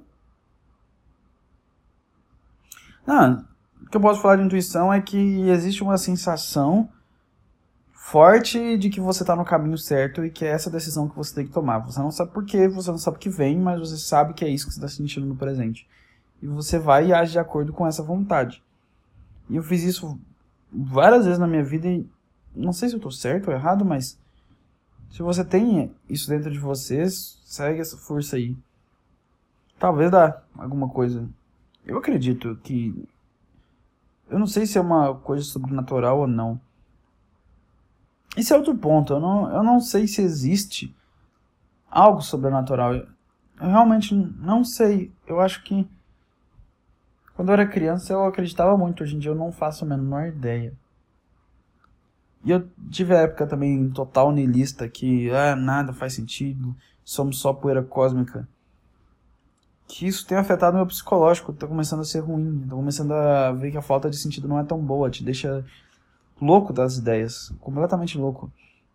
Não, o que eu posso falar de intuição é que existe uma sensação forte de que você tá no caminho certo e que é essa decisão que você tem que tomar. Você não sabe por quê, você não sabe o que vem, mas você sabe que é isso que você tá sentindo no presente. E você vai e age de acordo com essa vontade. E eu fiz isso várias vezes na minha vida e não sei se eu tô certo ou errado, mas se você tem isso dentro de você, segue essa força aí. Talvez dá alguma coisa. Eu acredito que... Eu não sei se é uma coisa sobrenatural ou não. Esse é outro ponto. Eu não sei se existe algo sobrenatural. Eu realmente não sei. Eu acho que quando eu era criança eu acreditava muito. Hoje em dia eu não faço a menor ideia. E eu tive a época também total niilista, que nada faz sentido, somos só poeira cósmica. Que isso tem afetado meu psicológico, tá começando a ser ruim, tô começando a ver que a falta de sentido não é tão boa, te deixa louco das ideias, completamente louco.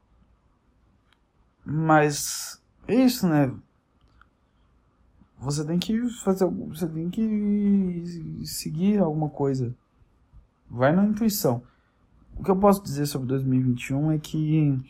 Mas é isso, né? Você tem que seguir alguma coisa. Vai na intuição. O que eu posso dizer sobre 2021 é que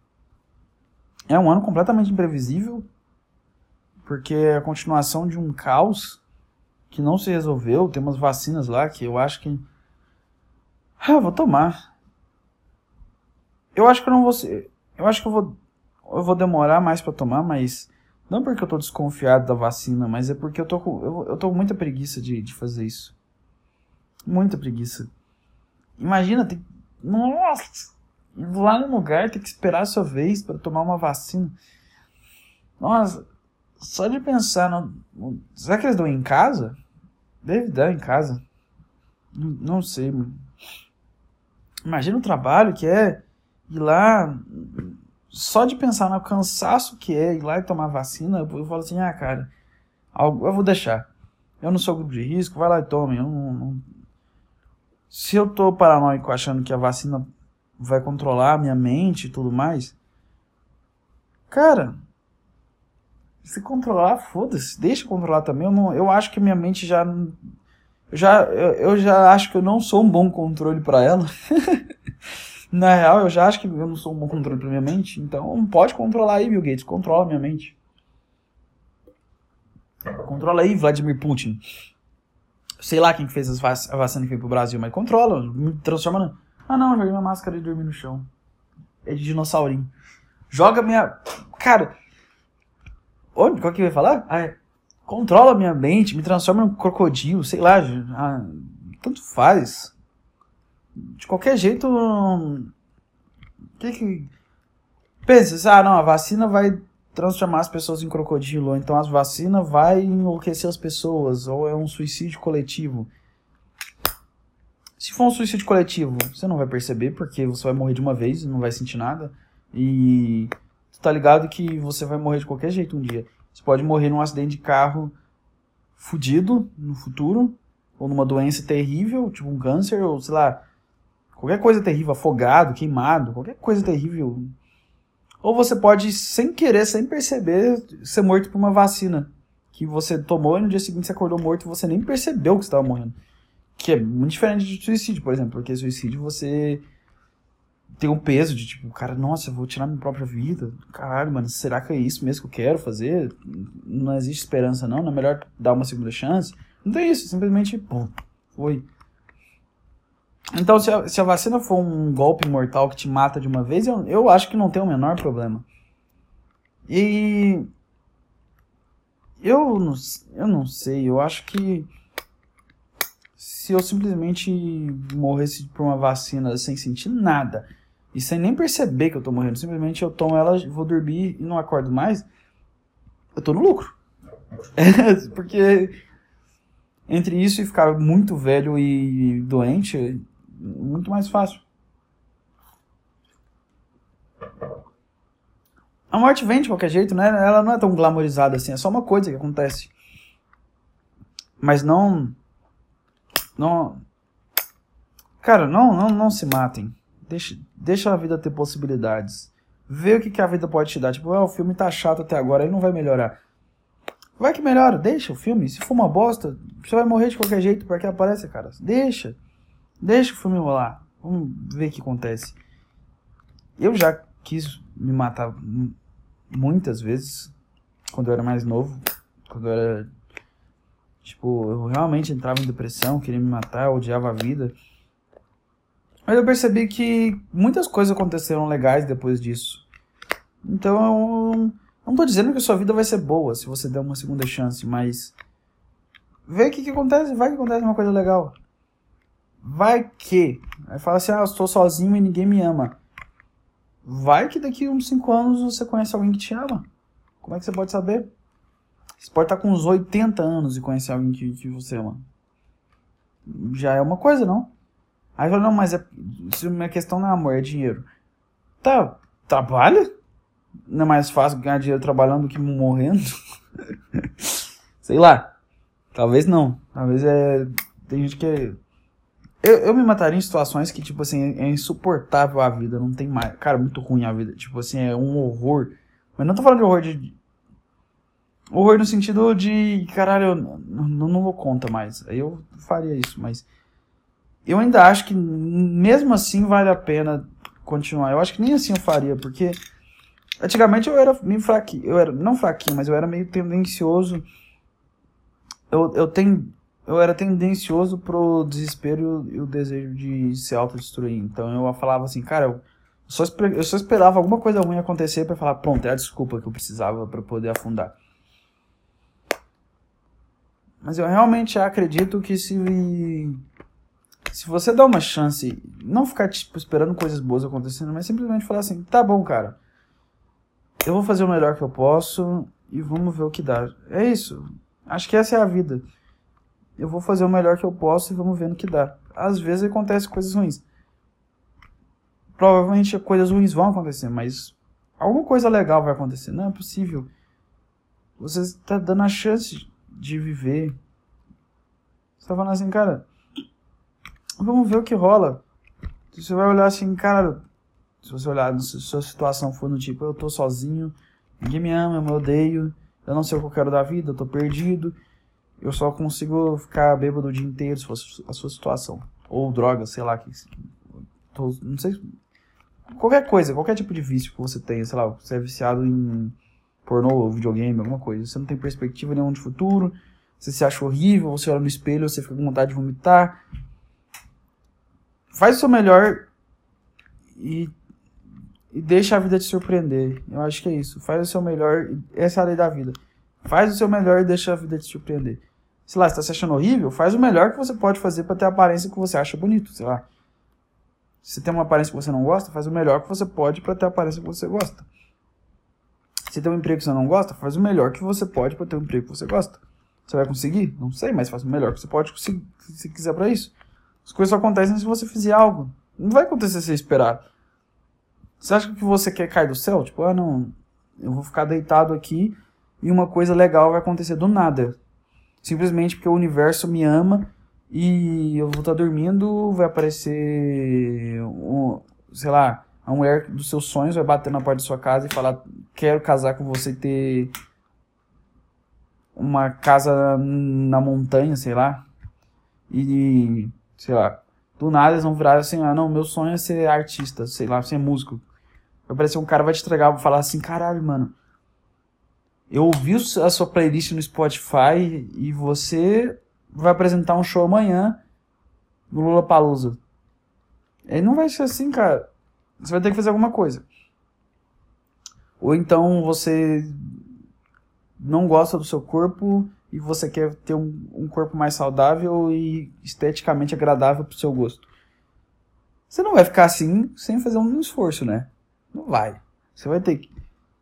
é um ano completamente imprevisível, porque é a continuação de um caos que não se resolveu. Tem umas vacinas lá que eu acho que... eu vou tomar. Eu acho que eu não vou ser... Eu acho que eu vou demorar mais pra tomar, mas... Não porque eu tô desconfiado da vacina, mas é porque eu tô com muita preguiça de fazer isso. Muita preguiça. Imagina, nossa! Ir lá no lugar, ter que esperar a sua vez pra tomar uma vacina. Nossa, só de pensar será que eles dão em casa? Deve dar em casa. Não sei, mano. Imagina o trabalho que é ir lá... Só de pensar no cansaço que é ir lá e tomar vacina, eu falo assim, cara, eu vou deixar. Eu não sou grupo de risco, vai lá e tome. Se eu tô paranoico achando que a vacina vai controlar a minha mente e tudo mais, cara, se controlar, foda-se, deixa controlar também. Eu acho que minha mente eu já acho que eu não sou um bom controle pra ela. Na real, eu já acho que eu não sou um bom controle pra minha mente. Então, pode controlar aí, Bill Gates. Controla minha mente. Controla aí, Vladimir Putin. Sei lá quem fez a vacina que veio pro Brasil, mas controla. Me transforma no... não, joguei minha máscara e dormi no chão. É de dinossaurinho. Joga minha... Cara... Qual que eu ia falar? Controla minha mente, me transforma num crocodilo, sei lá. Tanto faz. De qualquer jeito... Pensa, a vacina vai transformar as pessoas em crocodilo, ou então as vacinas vai enlouquecer as pessoas, ou é um suicídio coletivo. Se for um suicídio coletivo, você não vai perceber, porque você vai morrer de uma vez e não vai sentir nada. E tu tá ligado que você vai morrer de qualquer jeito um dia. Você pode morrer num acidente de carro fudido no futuro, ou numa doença terrível, tipo um câncer, ou sei lá, qualquer coisa terrível, afogado, queimado, qualquer coisa terrível. Ou você pode, sem querer, sem perceber, ser morto por uma vacina que você tomou e no dia seguinte você acordou morto e você nem percebeu que você estava morrendo. Que é muito diferente de suicídio, por exemplo, porque suicídio você tem um peso de tipo, cara, nossa, eu vou tirar minha própria vida. Caralho, mano, será que é isso mesmo que eu quero fazer? Não existe esperança não é melhor dar uma segunda chance? Não tem isso, simplesmente, pô, foi. Então, se a vacina for um golpe mortal que te mata de uma vez, eu acho que não tem o menor problema. E eu não sei, eu acho que se eu simplesmente morresse por uma vacina sem sentir nada, e sem nem perceber que eu tô morrendo, simplesmente eu tomo ela, vou dormir e não acordo mais, eu tô no lucro. Porque entre isso e ficar muito velho e doente, muito mais fácil. A morte vem de qualquer jeito, né? Ela não é tão glamorizada assim, é só uma coisa que acontece. Mas não... Cara, não se matem. Deixa a vida ter possibilidades. Vê o que a vida pode te dar. Tipo, o filme tá chato até agora, aí não vai melhorar. Vai que melhora, deixa o filme. Se for uma bosta, você vai morrer de qualquer jeito porque aparece, cara. Deixa o filme rolar. Vamos ver o que acontece. Eu já quis me matar muitas vezes quando eu era mais novo. Quando eu era... Tipo, eu realmente entrava em depressão, queria me matar, eu odiava a vida. Mas eu percebi que muitas coisas aconteceram legais depois disso. Então eu não tô dizendo que a sua vida vai ser boa se você der uma segunda chance, mas vê o que acontece, vai que acontece uma coisa legal. Vai que... Aí fala assim, eu estou sozinho e ninguém me ama. Vai que daqui uns 5 anos você conhece alguém que te ama. Como é que você pode saber? Você pode estar com uns 80 anos e conhecer alguém que você ama. Já é uma coisa, não? Aí fala, não, mas minha questão não é amor, é dinheiro. Tá, trabalha? Não é mais fácil ganhar dinheiro trabalhando do que morrendo? Sei lá. Talvez não. Talvez tem gente que... Eu me mataria em situações que, tipo assim, é insuportável a vida, não tem mais... Cara, muito ruim a vida. Tipo assim, é um horror. Mas não tô falando de horror de... Horror no sentido de... Caralho, eu não vou conta mais. Aí eu faria isso, mas... Eu ainda acho que, mesmo assim, vale a pena continuar. Eu acho que nem assim eu faria, porque... Antigamente eu era meio fraquinho. Eu era, não fraquinho, mas eu era meio tendencioso. Eu era tendencioso pro desespero e o desejo de se autodestruir. Então eu falava assim, cara, eu só esperava alguma coisa ruim acontecer pra falar, pronto, é a desculpa que eu precisava pra poder afundar. Mas eu realmente acredito que se você dá uma chance, não ficar tipo, esperando coisas boas acontecendo, mas simplesmente falar assim, tá bom, cara, eu vou fazer o melhor que eu posso e vamos ver o que dá. É isso. Acho que essa é a vida. Eu vou fazer o melhor que eu posso e vamos ver no que dá. Às vezes acontecem coisas ruins. Provavelmente coisas ruins vão acontecer, mas alguma coisa legal vai acontecer. Não é possível. Você está dando a chance de viver. Você está falando assim, cara, vamos ver o que rola. Você vai olhar assim, cara, se você olhar, se a sua situação for no tipo, eu tô sozinho, ninguém me ama, eu me odeio, eu não sei o que eu quero da vida, eu tô perdido, eu só consigo ficar bêbado o dia inteiro, se fosse a sua situação. Ou droga, sei lá, não sei, qualquer coisa, qualquer tipo de vício que você tenha, sei lá, você é viciado em pornô ou videogame, alguma coisa, você não tem perspectiva nenhuma de futuro, você se acha horrível, você olha no espelho, você fica com vontade de vomitar. Faz o seu melhor e deixa a vida te surpreender. Eu acho que é isso. Faz o seu melhor. Essa é a lei da vida. Faz o seu melhor e deixa a vida te surpreender. Sei lá, você tá se achando horrível? Faz o melhor que você pode fazer pra ter a aparência que você acha bonito. Sei lá. Se você tem uma aparência que você não gosta, faz o melhor que você pode pra ter a aparência que você gosta. Se Você tem um emprego que você não gosta? Faz o melhor que você pode pra ter um emprego que você gosta. Você vai conseguir? Não sei, mas faz o melhor que você pode conseguir, se você quiser pra isso. As coisas só acontecem se você fizer algo. Não vai acontecer se você esperar. Você acha que você quer cair do céu? Tipo, ah, não, eu vou ficar deitado aqui e uma coisa legal vai acontecer do nada. Simplesmente porque o universo me ama e eu vou estar dormindo, vai aparecer, sei lá, a mulher dos seus sonhos vai bater na porta da sua casa e falar, quero casar com você e ter uma casa na montanha, sei lá. E, sei lá, do nada eles vão virar assim, ah, não, meu sonho é ser artista, sei lá, ser músico. Vai aparecer um cara, vai te entregar, vai falar assim, caralho, mano, eu ouvi a sua playlist no Spotify e você vai apresentar um show amanhã no Lollapalooza. Aí não vai ser assim, cara. Você vai ter que fazer alguma coisa. Ou então você não gosta do seu corpo e você quer ter um corpo mais saudável e esteticamente agradável pro seu gosto. Você não vai ficar assim sem fazer um esforço, né? Não vai. Você vai ter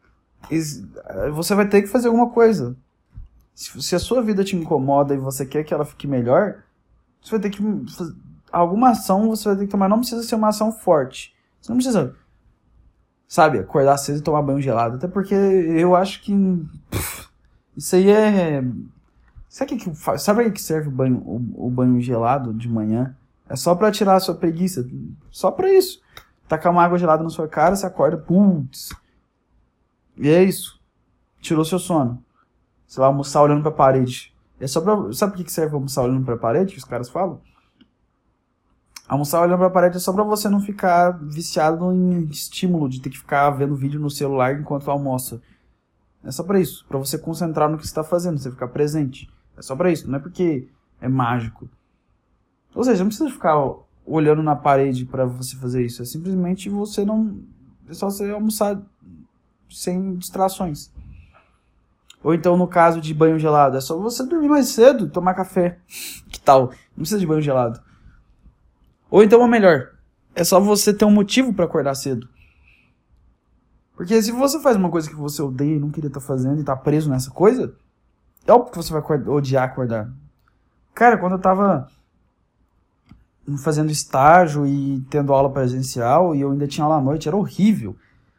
que fazer alguma coisa. Se a sua vida te incomoda e você quer que ela fique melhor, você vai ter que fazer alguma ação, você vai ter que tomar. Não precisa ser uma ação forte. Você não precisa, sabe, acordar cedo e tomar banho gelado. Até porque eu acho que isso aí é... Sabe o que serve o banho gelado de manhã? É só pra tirar a sua preguiça. Só pra isso. Tacar uma água gelada na sua cara, você acorda, putz. E é isso. Tirou seu sono. Sei lá, almoçar olhando pra parede. É só pra... Sabe por que serve almoçar olhando pra parede, que os caras falam? Almoçar olhando pra parede é só pra você não ficar viciado em estímulo de ter que ficar vendo vídeo no celular enquanto almoça. É só pra isso. Pra você concentrar no que você tá fazendo, você ficar presente. É só pra isso. Não é porque é mágico. Ou seja, não precisa ficar olhando na parede pra você fazer isso. É simplesmente você não... É só você almoçar sem distrações. Ou então, no caso de banho gelado, é só você dormir mais cedo e tomar café. Que tal? Não precisa de banho gelado. Ou então, ou melhor, é só você ter um motivo pra acordar cedo. Porque se você faz uma coisa que você odeia e não queria estar fazendo e tá preso nessa coisa, é óbvio que você vai odiar acordar. Cara, quando eu tava fazendo estágio e tendo aula presencial e eu ainda tinha aula à noite, era horrível.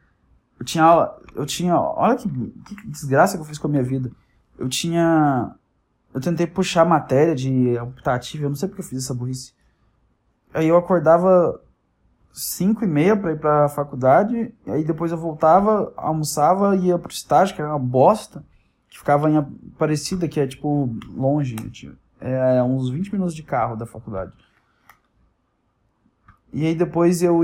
Olha que desgraça que eu fiz com a minha vida. Eu tentei puxar matéria de optativa, eu não sei porque eu fiz essa burrice. Aí eu acordava 5h30 pra ir pra faculdade, aí depois eu voltava, almoçava e ia pro estágio, que era uma bosta, que ficava em Aparecida, que é tipo longe, é uns 20 minutos de carro da faculdade. E aí depois eu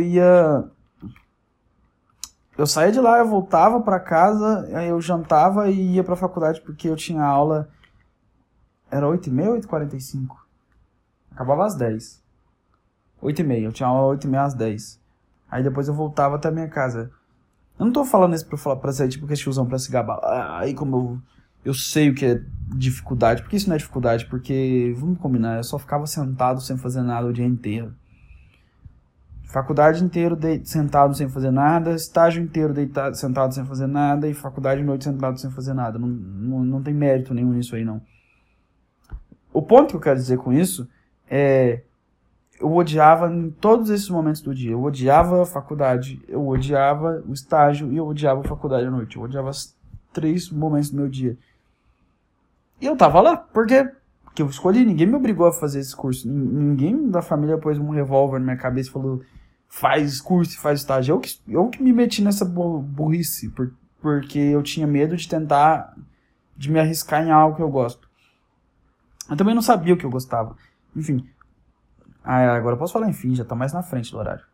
saía de lá, eu voltava pra casa, aí eu jantava e ia pra faculdade, porque eu tinha aula, era 8h30 ou 8h45? Acabava às 10. 8h30, eu tinha aula 8h30 às 10. Aí depois eu voltava até a minha casa. Eu não tô falando isso pra ser tipo que tiozão pra se gabar. Aí como eu sei o que é dificuldade. Porque isso não é dificuldade, porque, vamos combinar, eu só ficava sentado sem fazer nada o dia inteiro. Faculdade inteiro sentado sem fazer nada, estágio inteiro sentado sem fazer nada e faculdade de noite sentado sem fazer nada. Não tem mérito nenhum nisso aí, não. O ponto que eu quero dizer com isso é... Eu odiava em todos esses momentos do dia. Eu odiava a faculdade, eu odiava o estágio e eu odiava a faculdade à noite. Eu odiava os 3 momentos do meu dia. E eu tava lá. Por quê? Porque eu escolhi. Ninguém me obrigou a fazer esse curso. Ninguém da família pôs um revólver na minha cabeça e falou: faz curso e faz estágio. Eu que me meti nessa burrice. Porque eu tinha medo de me arriscar em algo que eu gosto. Eu também não sabia o que eu gostava. Enfim... agora eu posso falar enfim, já tá mais na frente do horário.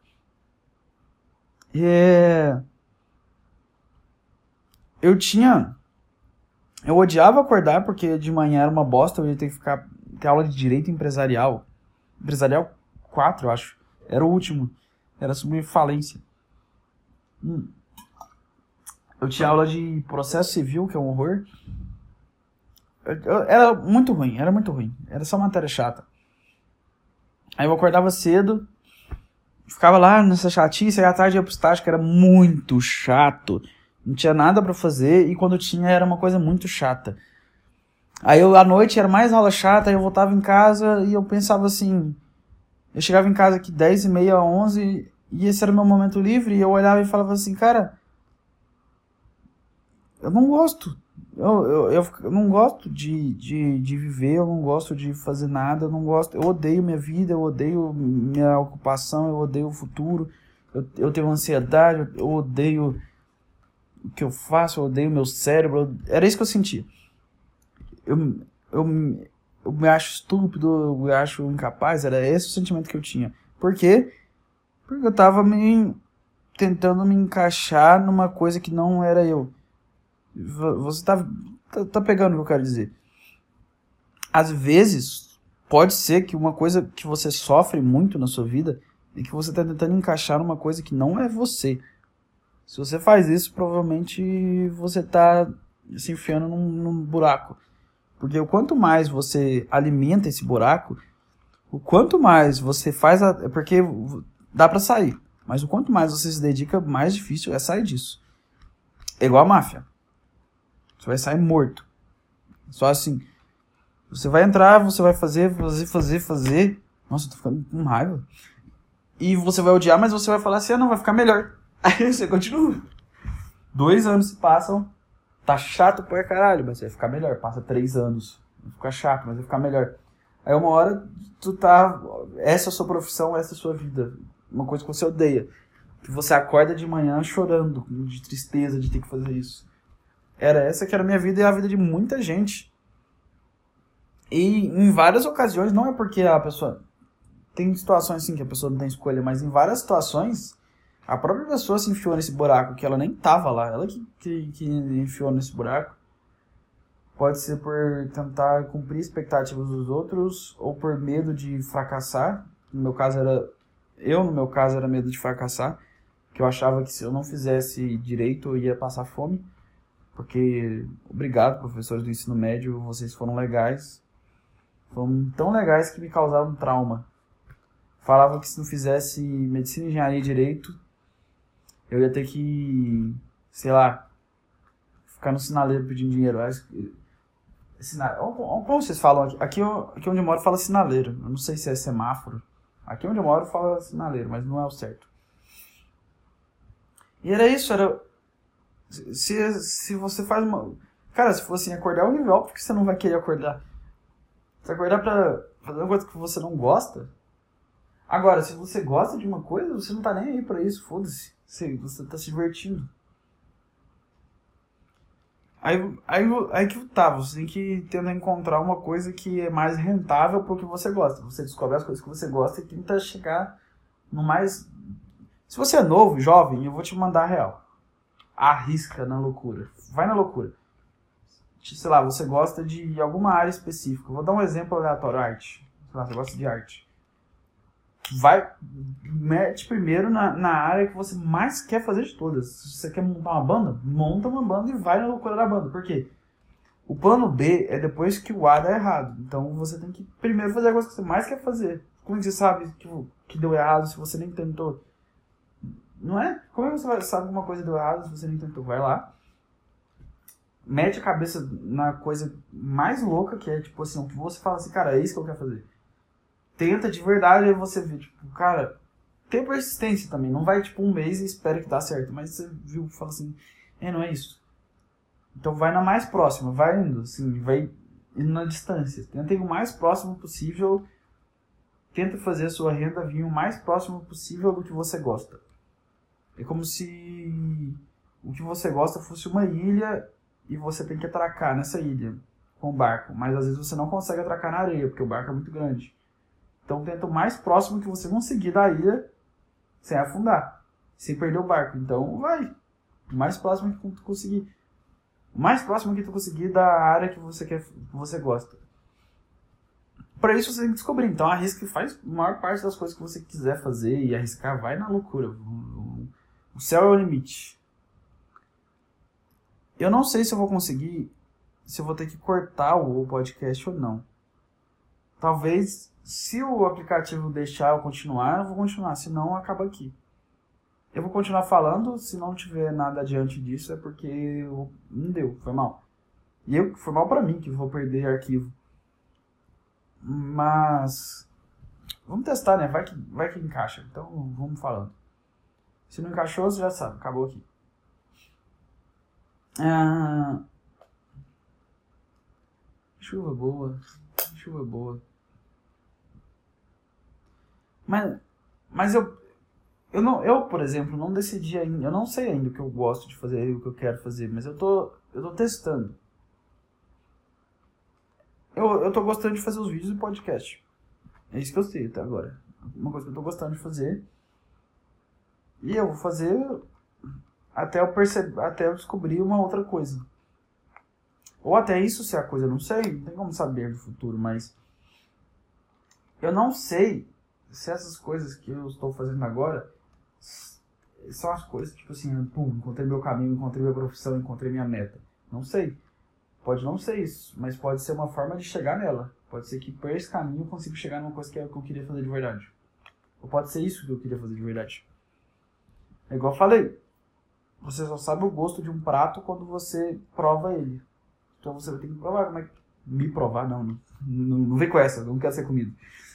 Eu odiava acordar porque de manhã era uma bosta, eu ia ter que ter aula de direito empresarial. Empresarial 4, eu acho. Era o último. Era sobre falência. Eu tinha aula de processo civil, que é um horror. Era muito ruim. Era só matéria chata. Aí eu acordava cedo, ficava lá nessa chatice, aí à tarde ia pro estágio, que era muito chato. Não tinha nada pra fazer, e quando tinha era uma coisa muito chata. Aí à noite era mais aula chata, aí eu voltava em casa e eu pensava assim... Eu chegava em casa aqui 10h30, 11, e esse era o meu momento livre, e eu olhava e falava assim, cara... Eu não gosto. Eu não gosto de viver, eu não gosto de fazer nada, eu não gosto... Eu odeio minha vida, eu odeio minha ocupação, eu odeio o futuro, eu tenho ansiedade, eu odeio o que eu faço, eu odeio meu cérebro. Era isso que eu sentia. Eu me acho estúpido, eu me acho incapaz, era esse o sentimento que eu tinha. Por quê? Porque eu tava tentando me encaixar numa coisa que não era eu. Você tá pegando o que eu quero dizer. Às vezes, pode ser que uma coisa que você sofre muito na sua vida é que você tá tentando encaixar numa coisa que não é você. Se você faz isso, provavelmente você tá se enfiando num buraco. Porque o quanto mais você alimenta esse buraco, o quanto mais você faz... Porque dá pra sair. Mas o quanto mais você se dedica, mais difícil é sair disso. É igual a máfia. Você vai sair morto. Só assim. Você vai entrar, você vai fazer. Nossa, eu tô ficando com raiva. E você vai odiar, mas você vai falar assim, não, vai ficar melhor. Aí você continua. 2 anos se passam. Tá chato pra caralho, mas vai ficar melhor. Passa 3 anos. Vai ficar chato, mas vai ficar melhor. Aí uma hora, tu tá... Essa é a sua profissão, essa é a sua vida. Uma coisa que você odeia. Que você acorda de manhã chorando, de tristeza de ter que fazer isso. Essa que era a minha vida e a vida de muita gente. E em várias ocasiões, não é porque a pessoa... Tem situações assim que a pessoa não tem escolha, mas em várias situações, a própria pessoa se enfiou nesse buraco, que ela nem tava lá. Ela que enfiou nesse buraco. Pode ser por tentar cumprir expectativas dos outros, ou por medo de fracassar. No meu caso era medo de fracassar. Que eu achava que se eu não fizesse direito, eu ia passar fome. Porque, obrigado, professores do ensino médio, vocês foram legais. Foram tão legais que me causaram trauma. Falavam que se não fizesse medicina, engenharia e direito, eu ia ter que, sei lá, ficar no sinaleiro pedindo dinheiro. Como vocês falam aqui? Aqui onde eu moro fala sinaleiro. Eu não sei se é semáforo. Aqui onde eu moro fala sinaleiro, mas não é o certo. E era isso, Se você faz uma... Cara, se for assim, acordar é horrível, óbvio que você não vai querer acordar. Se acordar pra fazer uma coisa que você não gosta... Agora, se você gosta de uma coisa, você não tá nem aí pra isso, foda-se. Você tá se divertindo. Aí que tá, você tem que tentar encontrar uma coisa que é mais rentável pro que você gosta. Você descobre as coisas que você gosta e tenta chegar no mais... Se você é novo, jovem, eu vou te mandar a real. Arrisca na loucura. Vai na loucura. Sei lá, você gosta de alguma área específica. Vou dar um exemplo aleatório, arte. Sei lá, você gosta de arte. Mete primeiro na área que você mais quer fazer de todas. Se você quer montar uma banda, monta uma banda e vai na loucura da banda. Por quê? O plano B é depois que o A dá errado. Então você tem que primeiro fazer a coisa que você mais quer fazer. Como é que você sabe que deu errado se você nem tentou? Não é? Como é que você sabe que uma coisa deu errado se você nem tentou? Vai lá. Mete a cabeça na coisa mais louca, que é tipo assim, o que você fala assim, cara, é isso que eu quero fazer. Tenta de verdade, aí você vê, tipo, cara, tem persistência também. Não vai, tipo, 1 mês e espera que dá certo. Mas você viu e fala assim, não é isso. Então vai na mais próxima, vai indo, assim, vai indo na distância. Tenta ir o mais próximo possível. Tenta fazer a sua renda vir o mais próximo possível do que você gosta. É como se o que você gosta fosse uma ilha e você tem que atracar nessa ilha com o barco. Mas às vezes você não consegue atracar na areia, porque o barco é muito grande. Então tenta o mais próximo que você conseguir da ilha sem afundar, sem perder o barco. Então vai, o mais próximo que tu conseguir. O mais próximo que tu conseguir da área que você gosta. Para isso você tem que descobrir. Então arrisca e faz a maior parte das coisas que você quiser fazer e arriscar, vai na loucura. O céu é o limite. Eu não sei se eu vou conseguir, se eu vou ter que cortar o podcast ou não. Talvez, se o aplicativo deixar eu continuar, eu vou continuar. Se não, acaba aqui. Eu vou continuar falando, se não tiver nada adiante disso, é porque não deu, foi mal. E foi mal pra mim, que vou perder arquivo. Mas vamos testar, né? Vai que encaixa. Então vamos falando. Se não encaixou, você já sabe, acabou aqui. Chuva boa. Mas eu, por exemplo, não decidi ainda. Eu não sei ainda o que eu gosto de fazer e o que eu quero fazer, mas eu tô testando. Eu tô gostando de fazer os vídeos e podcast. É isso que eu sei até agora. Uma coisa que eu tô gostando de fazer. E eu vou fazer até eu descobrir uma outra coisa. Ou até isso ser a coisa, eu não sei. Não tem como saber do futuro, mas eu não sei se essas coisas que eu estou fazendo agora são as coisas, tipo assim, pum, encontrei meu caminho, encontrei minha profissão, encontrei minha meta. Não sei. Pode não ser isso, mas pode ser uma forma de chegar nela. Pode ser que por esse caminho eu consiga chegar numa coisa que eu queria fazer de verdade. Ou pode ser isso que eu queria fazer de verdade. É igual eu falei. Você só sabe o gosto de um prato quando você prova ele. Então você vai ter que provar. Como é que... Me provar? Não vem com essa. Não quero ser comido.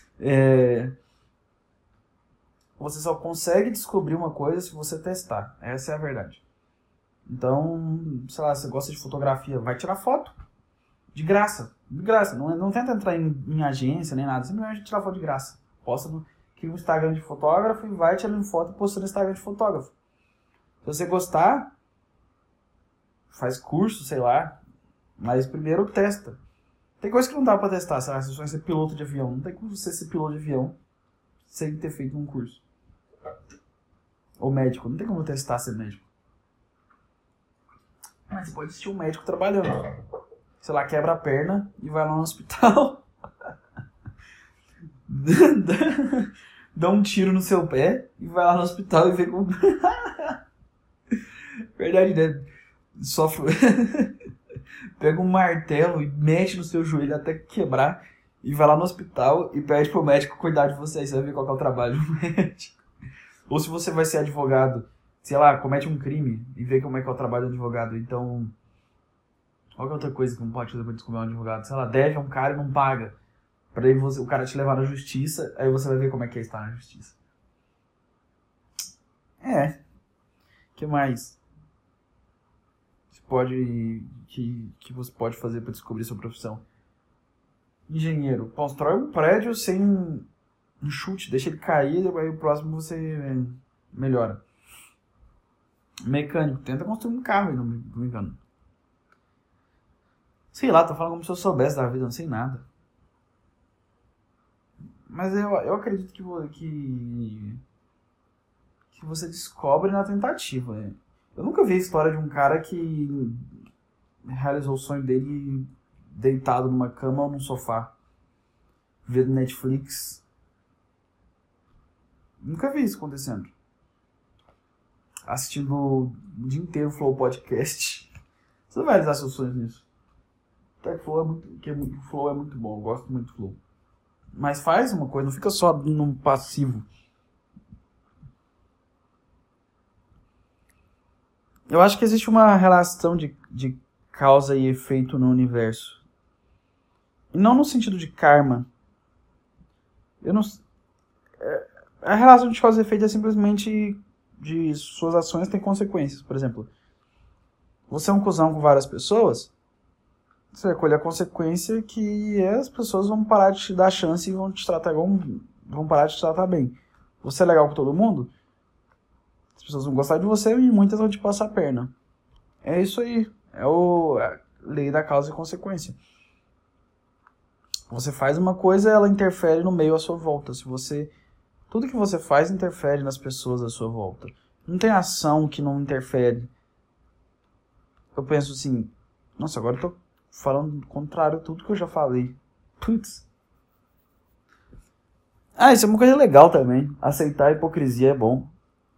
Você só consegue descobrir uma coisa se você testar. Essa é a verdade. Então, sei lá, você gosta de fotografia, vai tirar foto. De graça. De graça. Não tenta entrar em agência nem nada. Simplesmente tirar foto de graça. Cria um Instagram de fotógrafo e vai tirando foto e posta no Instagram de fotógrafo. Se você gostar, faz curso, sei lá. Mas primeiro testa. Tem coisa que não dá pra testar, sei lá, se você vai ser piloto de avião. Não tem como você ser piloto de avião sem ter feito um curso. Ou médico. Não tem como testar ser médico. Mas você pode assistir um médico trabalhando. Sei lá, quebra a perna e vai lá no hospital. Dá um tiro no seu pé e vai lá no hospital e vê como... Verdade, né? Sofre... Pega um martelo e mexe no seu joelho até quebrar e vai lá no hospital e pede pro médico cuidar de você. Aí você vai ver qual que é o trabalho do médico. Ou se você vai ser advogado, sei lá, comete um crime e vê como é que é o trabalho do advogado. Então, qual que é outra coisa que não pode fazer pra descobrir um advogado? Sei lá, deve a um cara e não paga. Pra aí o cara te levar na justiça, aí você vai ver como é que é estar na justiça. O que mais? Que você pode fazer para descobrir sua profissão? Engenheiro, constrói um prédio sem um chute, deixa ele cair, aí o próximo você melhora. Mecânico, tenta construir um carro aí, não me engano. Sei lá, tô falando como se eu soubesse da vida, não sei nada. Mas eu acredito que você descobre na tentativa. Eu nunca vi a história de um cara que realizou o sonho dele deitado numa cama ou num sofá, vendo Netflix. Nunca vi isso acontecendo. Assistindo o dia inteiro o Flow Podcast. Você não vai realizar seus sonhos nisso. Até que o Flow é muito bom, eu gosto muito do Flow. Mas faz uma coisa, não fica só num passivo. Eu acho que existe uma relação de causa e efeito no universo. E não no sentido de karma. A relação de causa e efeito é simplesmente de suas ações têm consequências. Por exemplo, você é um cuzão com várias pessoas, você vai colher a consequência que as pessoas vão parar de te dar chance e vão te tratar vão parar de te tratar bem. Você é legal com todo mundo? As pessoas vão gostar de você e muitas vão te passar a perna. É isso aí. É a lei da causa e consequência. Você faz uma coisa, ela interfere no meio à sua volta. Tudo que você faz interfere nas pessoas à sua volta. Não tem ação que não interfere. Eu penso assim, nossa, agora eu tô falando o contrário de tudo que eu já falei. Putz. Isso é uma coisa legal também. Aceitar a hipocrisia é bom.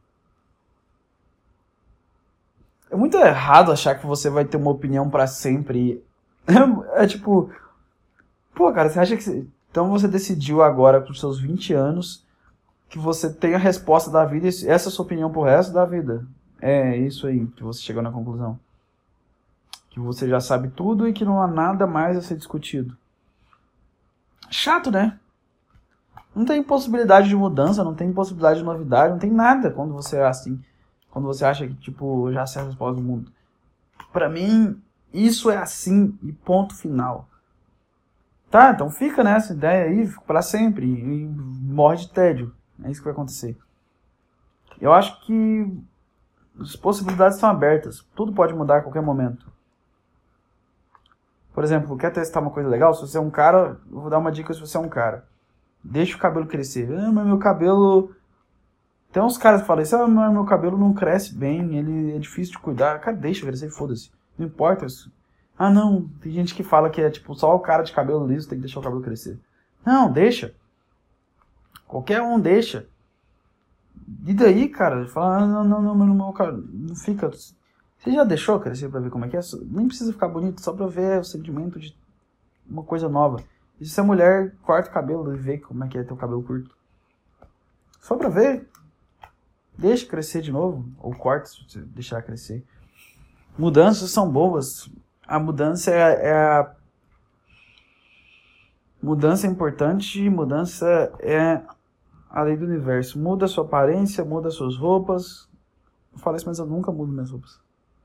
É muito errado achar que você vai ter uma opinião pra sempre. Tipo... Pô, cara, você acha que... Então você decidiu agora, com seus 20 anos, que você tem a resposta da vida e essa é a sua opinião pro resto da vida. É isso aí que você chegou na conclusão. Que você já sabe tudo e que não há nada mais a ser discutido. Chato, né? Não tem possibilidade de mudança, não tem possibilidade de novidade, não tem nada quando você é assim. Quando você acha que, tipo, já sei a resposta do mundo. Pra mim, isso é assim e ponto final. Tá, então fica nessa ideia aí pra sempre e morre de tédio. É isso que vai acontecer. Eu acho que as possibilidades estão abertas. Tudo pode mudar a qualquer momento. Por exemplo, quer testar uma coisa legal? Se você é um cara, eu vou dar uma dica se você é um cara. Deixa o cabelo crescer. Mas meu cabelo... Tem uns caras que falam assim, mas meu cabelo não cresce bem, ele é difícil de cuidar. Cara, deixa crescer, foda-se. Não importa isso. Ah, não. Tem gente que fala que é tipo só o cara de cabelo liso tem que deixar o cabelo crescer. Não, deixa. Qualquer um deixa. E daí, cara, fala, não, meu cara, não fica... Você já deixou crescer pra ver como é que é? Nem precisa ficar bonito, só pra ver o sentimento de uma coisa nova. E se a mulher corta o cabelo e vê como é que é ter o cabelo curto? Só pra ver. Deixa crescer de novo, ou corta se você deixar crescer. Mudanças são boas. A mudança Mudança é importante, mudança é a lei do universo. Muda a sua aparência, muda as suas roupas. Eu falo isso, mas eu nunca mudo minhas roupas.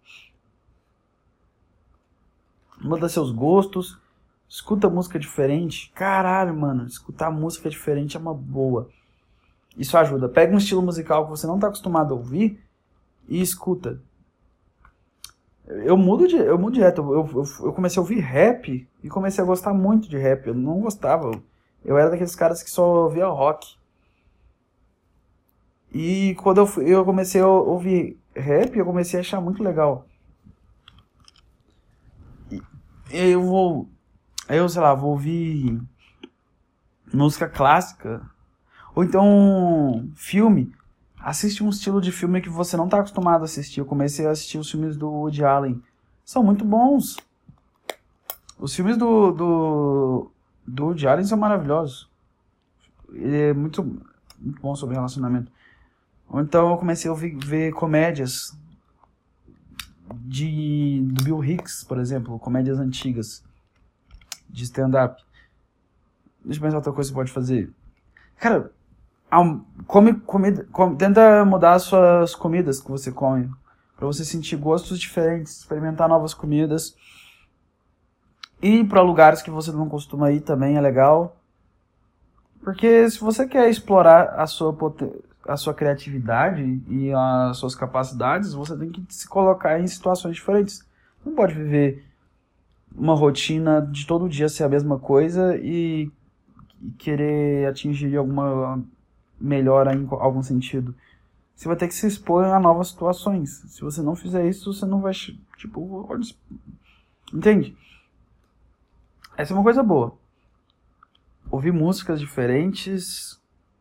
Muda seus gostos. Escuta música diferente. Caralho, mano, escutar música diferente é uma boa. Isso ajuda. Pega um estilo musical que você não está acostumado a ouvir e escuta. Eu mudo direto. Eu comecei a ouvir rap e comecei a gostar muito de rap. Eu não gostava. Eu era daqueles caras que só ouvia rock. E quando eu comecei a ouvir rap, eu comecei a achar muito legal. E vou ouvir música clássica. Ou então, filme. Assiste um estilo de filme que você não está acostumado a assistir. Eu comecei a assistir os filmes do Woody Allen. São muito bons. Os filmes do Woody Allen são maravilhosos. Ele é muito bom sobre relacionamento. Ou então eu comecei a ver comédias do Bill Hicks, por exemplo. Comédias antigas. De stand-up. Deixa eu pensar outra coisa que você pode fazer. Cara... tenta mudar as suas comidas que você come, para você sentir gostos diferentes, experimentar novas comidas, ir para lugares que você não costuma ir também é legal, porque se você quer explorar a sua criatividade e as suas capacidades, você tem que se colocar em situações diferentes. Não pode viver uma rotina de todo dia ser a mesma coisa e querer atingir alguma melhora em algum sentido. Você vai ter que se expor a novas situações. Se você não fizer isso, você não vai, tipo... Entende? Essa é uma coisa boa. Ouvir músicas diferentes...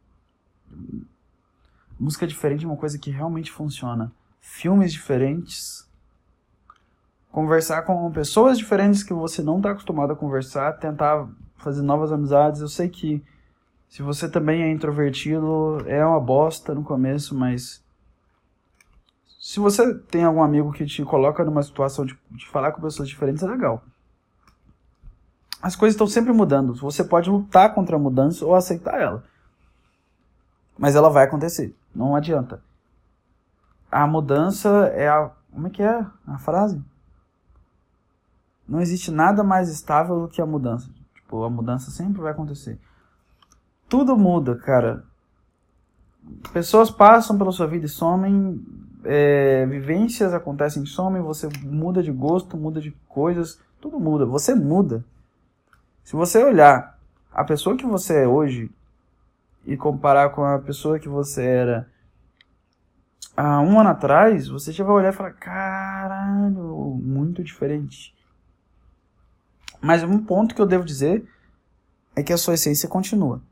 Música diferente é uma coisa que realmente funciona. Filmes diferentes... Conversar com pessoas diferentes que você não está acostumado a conversar. Tentar fazer novas amizades. Eu sei que se você também é introvertido, é uma bosta no começo, mas se você tem algum amigo que te coloca numa situação de falar com pessoas diferentes, é legal. As coisas estão sempre mudando. Você pode lutar contra a mudança ou aceitar ela. Mas ela vai acontecer. Não adianta. A mudança é a... Como é que é a frase? Não existe nada mais estável do que a mudança. Tipo, a mudança sempre vai acontecer. Tudo muda, cara. Pessoas passam pela sua vida e somem. Vivências acontecem e somem. Você muda de gosto, muda de coisas. Tudo muda. Você muda. Se você olhar a pessoa que você é hoje e comparar com a pessoa que você era há um ano atrás, você já vai olhar e falar, caralho, muito diferente. Mas um ponto que eu devo dizer é que a sua essência continua.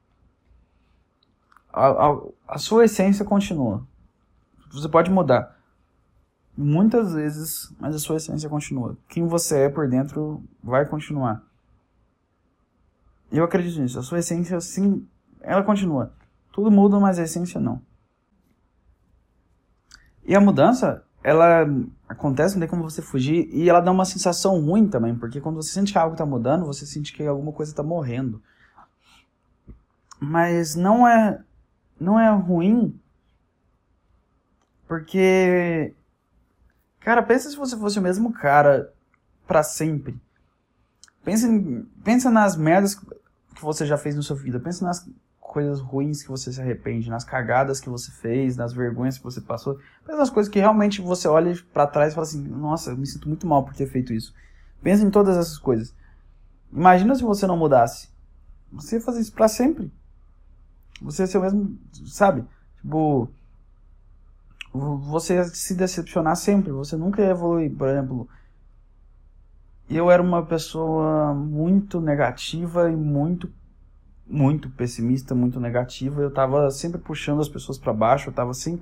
A sua essência continua. Você pode mudar muitas vezes, mas a sua essência continua. Quem você é por dentro vai continuar. Eu acredito nisso. A sua essência, sim, ela continua. Tudo muda, mas a essência não. E a mudança, ela acontece, não tem como você fugir, e ela dá uma sensação ruim também, porque quando você sente que algo está mudando, você sente que alguma coisa está morrendo. Mas não é ruim, porque, cara, pensa se você fosse o mesmo cara pra sempre. Pensa nas merdas que você já fez na sua vida, pensa nas coisas ruins que você se arrepende, nas cagadas que você fez, nas vergonhas que você passou, pensa nas coisas que realmente você olha pra trás e fala assim, nossa, eu me sinto muito mal por ter feito isso. Pensa em todas essas coisas. Imagina se você não mudasse. Você ia fazer isso pra sempre. Você ia ser o mesmo, sabe? Tipo, você ia se decepcionar sempre, você nunca ia evoluir. Por exemplo, eu era uma pessoa muito negativa e muito pessimista, muito negativa. Eu tava sempre puxando as pessoas pra baixo,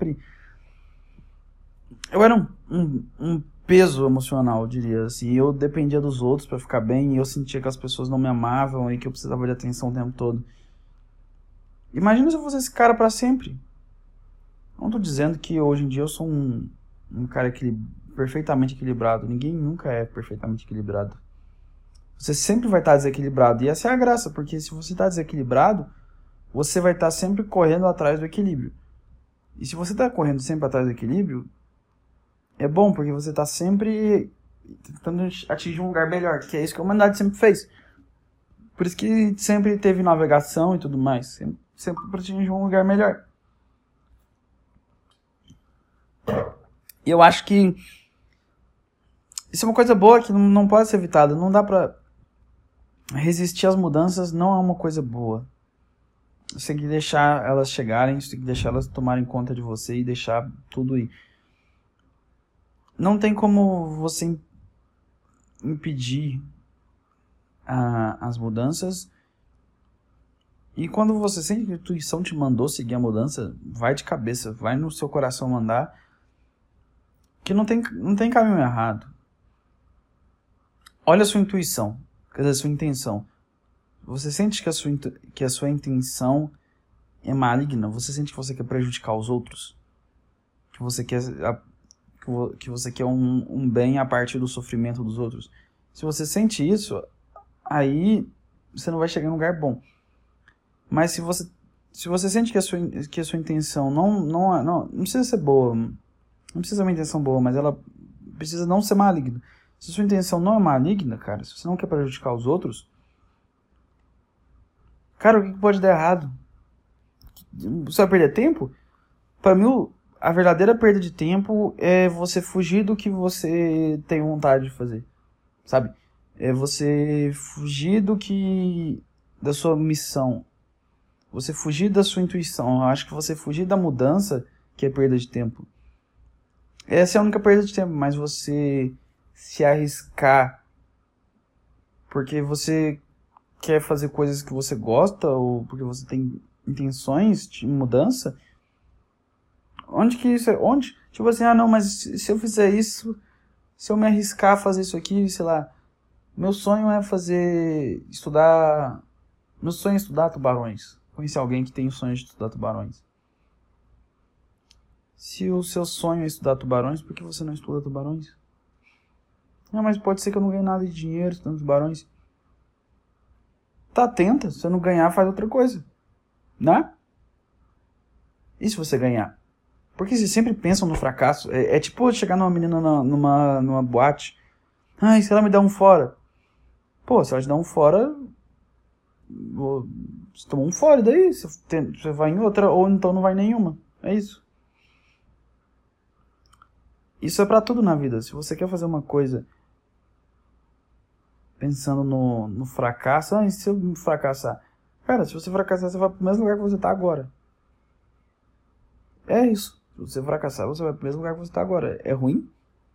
eu era um peso emocional, eu diria assim. Eu dependia dos outros pra ficar bem, e eu sentia que as pessoas não me amavam e que eu precisava de atenção o tempo todo. Imagina se eu fosse esse cara pra sempre. Não tô dizendo que hoje em dia eu sou um cara perfeitamente equilibrado. Ninguém nunca é perfeitamente equilibrado. Você sempre vai estar desequilibrado. E essa é a graça, porque se você está desequilibrado, você vai estar sempre correndo atrás do equilíbrio. E se você está correndo sempre atrás do equilíbrio, é bom, porque você está sempre tentando atingir um lugar melhor, que é isso que a humanidade sempre fez. Por isso que sempre teve navegação e tudo mais. Sempre para atingir um lugar melhor. E eu acho que isso é uma coisa boa que não pode ser evitada. Não dá pra resistir às mudanças, não é uma coisa boa. Você tem que deixar elas chegarem, você tem que deixar elas tomarem conta de você e deixar tudo ir. Não tem como você impedir as mudanças. E quando você sente que a intuição te mandou seguir a mudança, vai de cabeça, vai no seu coração mandar. Que não tem caminho errado. Olha a sua intuição, quer dizer, a sua intenção. Você sente que a sua intenção é maligna? Você sente que você quer prejudicar os outros? Que você quer um bem a partir do sofrimento dos outros? Se você sente isso, aí você não vai chegar em um lugar bom. Mas se você sente que a sua intenção não precisa ser boa, não precisa ser uma intenção boa, mas ela precisa não ser maligna. Se a sua intenção não é maligna, cara, se você não quer prejudicar os outros, cara, o que pode dar errado? Você vai perder tempo? Pra mim, a verdadeira perda de tempo é você fugir do que você tem vontade de fazer, sabe? É você fugir da sua missão. Você fugir da sua intuição. Eu acho que você fugir da mudança que é perda de tempo. Essa é a única perda de tempo, mas você se arriscar porque você quer fazer coisas que você gosta ou porque você tem intenções de mudança, onde que isso é? Onde? Tipo assim, não, mas se eu fizer isso, se eu me arriscar a fazer isso aqui, sei lá, meu sonho é estudar tubarões. Conheci alguém que tem o sonho de estudar tubarões. Se o seu sonho é estudar tubarões, por que você não estuda tubarões? Mas pode ser que eu não ganhe nada de dinheiro estudando tubarões. Tá, tenta. Se eu não ganhar, faz outra coisa. Né? E se você ganhar? Porque vocês sempre pensam no fracasso. É tipo chegar numa menina numa boate. Ai, se ela me dá um fora. Pô, se ela te dá um fora... Você tomou um fora, e daí? Você vai em outra, ou então não vai em nenhuma. É isso. Isso é pra tudo na vida. Se você quer fazer uma coisa pensando no fracasso, e se eu fracassar? Cara, se você fracassar, você vai pro mesmo lugar que você tá agora. É isso. Se você fracassar, você vai pro mesmo lugar que você tá agora. É ruim?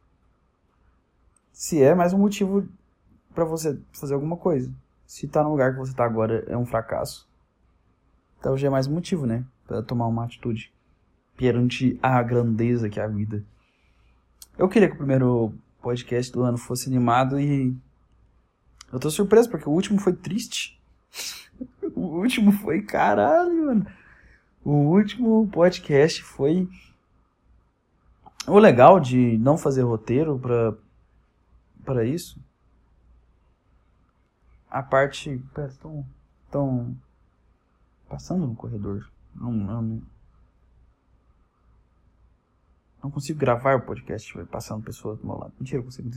Se é, mais um motivo pra você fazer alguma coisa. Se tá no lugar que você tá agora é um fracasso, então já é mais um motivo, né? Pra tomar uma atitude perante a grandeza que é a vida. Eu queria que o primeiro podcast do ano fosse animado e eu tô surpreso porque o último foi triste. O último foi caralho, mano. O último podcast foi... O legal de não fazer roteiro pra isso... A parte... Pera, estão passando no corredor. Não consigo gravar o podcast passando pessoas do meu lado. Mentira, eu consigo.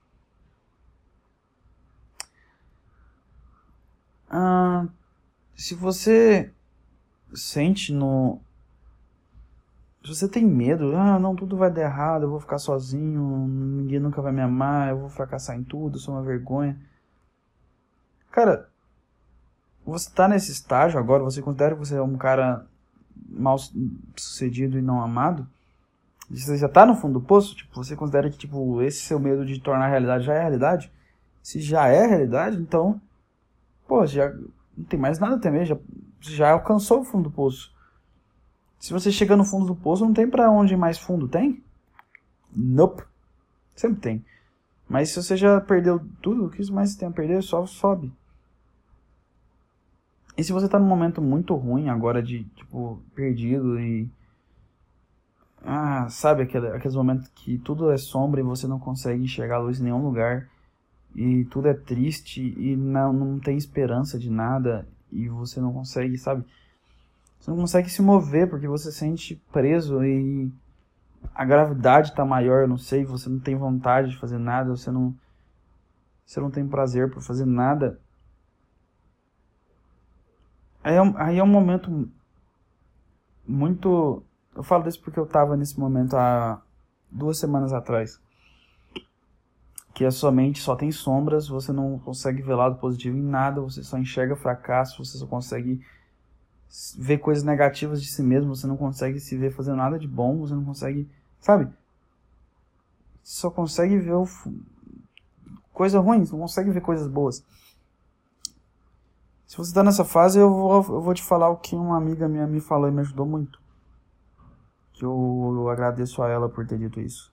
Se você sente no... Se você tem medo, não, tudo vai dar errado, eu vou ficar sozinho, ninguém nunca vai me amar, eu vou fracassar em tudo, eu sou uma vergonha. Cara, você tá nesse estágio agora, você considera que você é um cara mal sucedido e não amado? Você já tá no fundo do poço? Tipo, você considera que tipo, esse seu medo de tornar realidade já é realidade? Se já é realidade, então, pô, já não tem mais nada a temer, já alcançou o fundo do poço. Se você chega no fundo do poço, não tem pra onde ir mais fundo, tem? Nope. Sempre tem. Mas se você já perdeu tudo, o que mais você tem a perder, só sobe. E se você tá num momento muito ruim agora de, tipo, perdido e... sabe aqueles momentos que tudo é sombra e você não consegue enxergar a luz em nenhum lugar. E tudo é triste e não tem esperança de nada. E você não consegue, sabe? Você não consegue se mover porque você se sente preso e a gravidade tá maior, eu não sei, você não tem vontade de fazer nada, você não tem prazer por fazer nada. Aí é um momento muito... Eu falo disso porque eu tava nesse momento há 2 semanas atrás. Que a sua mente só tem sombras, você não consegue ver lado positivo em nada, você só enxerga fracasso, você só consegue ver coisas negativas de si mesmo, você não consegue se ver fazendo nada de bom, você não consegue, sabe? Você só consegue ver coisa ruim, você não consegue ver coisas boas. Se você tá nessa fase, eu vou te falar o que uma amiga minha me falou e me ajudou muito. Que eu agradeço a ela por ter dito isso.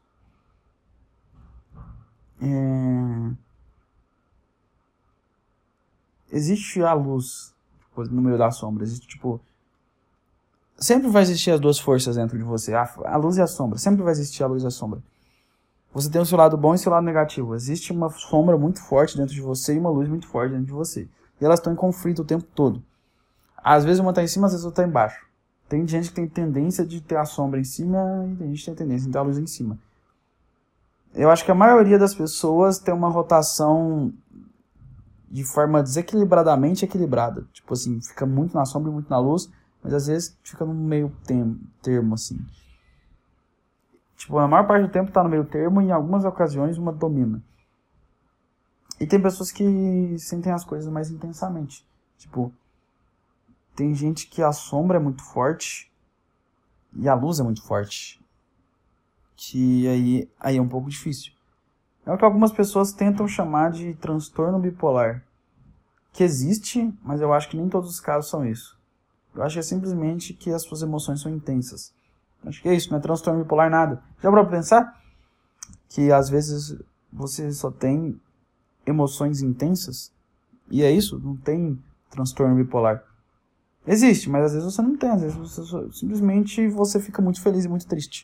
Existe a luz no meio da sombra. Existe, tipo... Sempre vai existir as duas forças dentro de você. A luz e a sombra. Sempre vai existir a luz e a sombra. Você tem o seu lado bom e o seu lado negativo. Existe uma sombra muito forte dentro de você e uma luz muito forte dentro de você. E elas estão em conflito o tempo todo. Às vezes uma está em cima, às vezes outra está embaixo. Tem gente que tem tendência de ter a sombra em cima e tem gente que tem tendência de ter a luz em cima. Eu acho que a maioria das pessoas tem uma rotação de forma desequilibradamente equilibrada. Tipo assim, fica muito na sombra e muito na luz, mas às vezes fica no meio termo, assim. Tipo, a maior parte do tempo tá no meio termo e em algumas ocasiões uma domina. E tem pessoas que sentem as coisas mais intensamente. Tipo, tem gente que a sombra é muito forte e a luz é muito forte. Que aí é um pouco difícil. É o que algumas pessoas tentam chamar de transtorno bipolar. Que existe, mas eu acho que nem todos os casos são isso. Eu acho que é simplesmente que as suas emoções são intensas. Acho que é isso, não é transtorno bipolar nada. Já parou pra pensar? Que às vezes você só tem emoções intensas? E é isso, não tem transtorno bipolar. Existe, mas às vezes você não tem. Às vezes simplesmente você fica muito feliz e muito triste.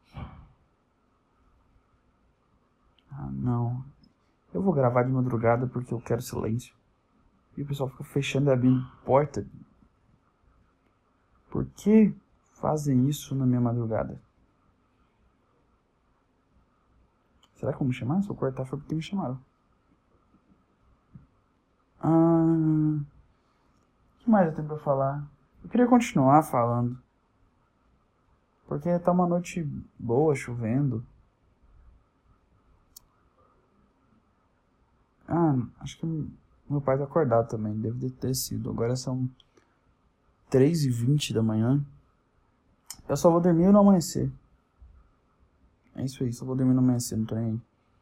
Não. Eu vou gravar de madrugada porque eu quero silêncio. E o pessoal fica fechando e abrindo porta. Por que fazem isso na minha madrugada? Será que vão me chamar? Se eu cortar foi porque me chamaram. O que mais eu tenho pra falar? Eu queria continuar falando. Porque tá uma noite boa, chovendo. Acho que meu pai tá acordado também. Deve ter sido. Agora são 3h20 da manhã. Eu só vou dormir no amanhecer. É isso aí, só vou dormir no amanhecer, não tô nem aí.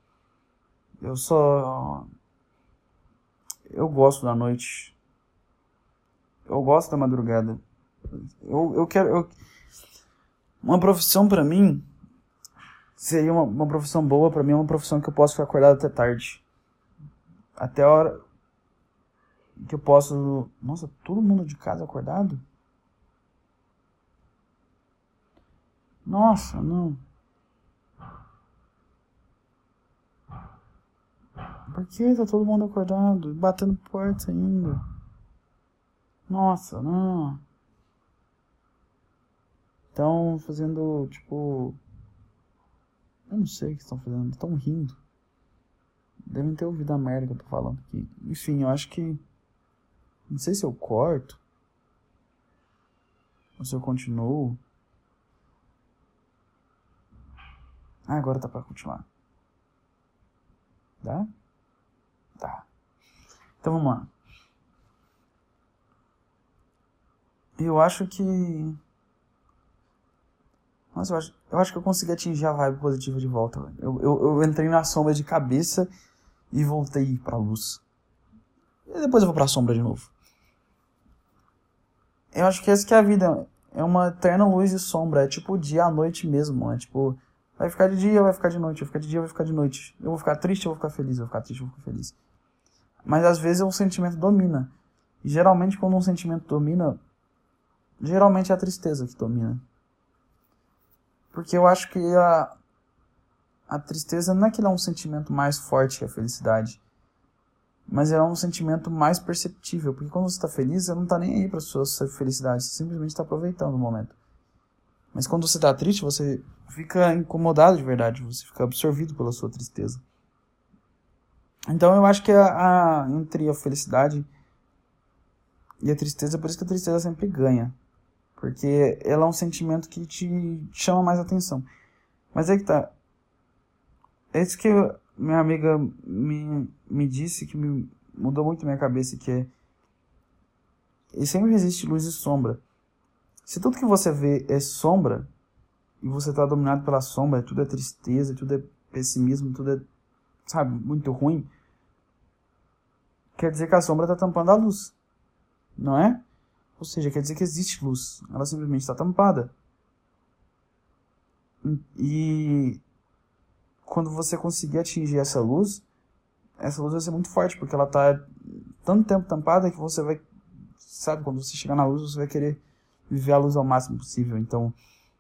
Eu gosto da noite. Eu gosto da madrugada. Eu quero... Uma profissão pra mim... Seria uma profissão boa pra mim. É uma profissão que eu posso ficar acordado até tarde. Até a hora... Que eu posso... Nossa, todo mundo de casa acordado? Nossa, não. Por que tá todo mundo acordado? Batendo porta ainda. Nossa, não. Estão fazendo, tipo... Eu não sei o que estão fazendo. Estão rindo. Devem ter ouvido a merda que eu tô falando aqui. Enfim, eu acho que... Não sei se eu corto. Ou se eu continuo. Ah, agora tá pra continuar. Dá? Tá. Então vamos lá. Eu acho que... Nossa, eu acho que eu consegui atingir a vibe positiva de volta, velho. Eu entrei na sombra de cabeça e voltei pra luz. E depois eu vou pra sombra de novo. Eu acho que essa que é a vida. É uma eterna luz e sombra. É tipo dia à noite mesmo. É tipo... Vai ficar de dia, vai ficar de noite. Vai ficar de dia, vai ficar de noite. Eu vou ficar triste, eu vou ficar feliz. Eu vou ficar triste, eu vou ficar feliz. Mas às vezes o sentimento domina. E geralmente quando um sentimento domina... Geralmente é a tristeza que domina. Porque eu acho que a tristeza não é que ela é um sentimento mais forte que a felicidade. Mas é um sentimento mais perceptível. Porque quando você está feliz, você não está nem aí para a sua felicidade. Você simplesmente está aproveitando o momento. Mas quando você está triste, você fica incomodado de verdade. Você fica absorvido pela sua tristeza. Então eu acho que entre a felicidade e a tristeza, por isso que a tristeza sempre ganha. Porque ela é um sentimento que te chama mais atenção. Mas é que tá. É isso que minha amiga me disse, que me mudou muito minha cabeça, que é... E sempre existe luz e sombra. Se tudo que você vê é sombra, e você tá dominado pela sombra, tudo é tristeza, tudo é pessimismo, tudo é, sabe, muito ruim, quer dizer que a sombra tá tampando a luz. Não é? Ou seja, quer dizer que existe luz. Ela simplesmente está tampada. E quando você conseguir atingir essa luz vai ser muito forte, porque ela está tanto tempo tampada que você vai... Sabe, quando você chegar na luz, você vai querer viver a luz ao máximo possível. Então,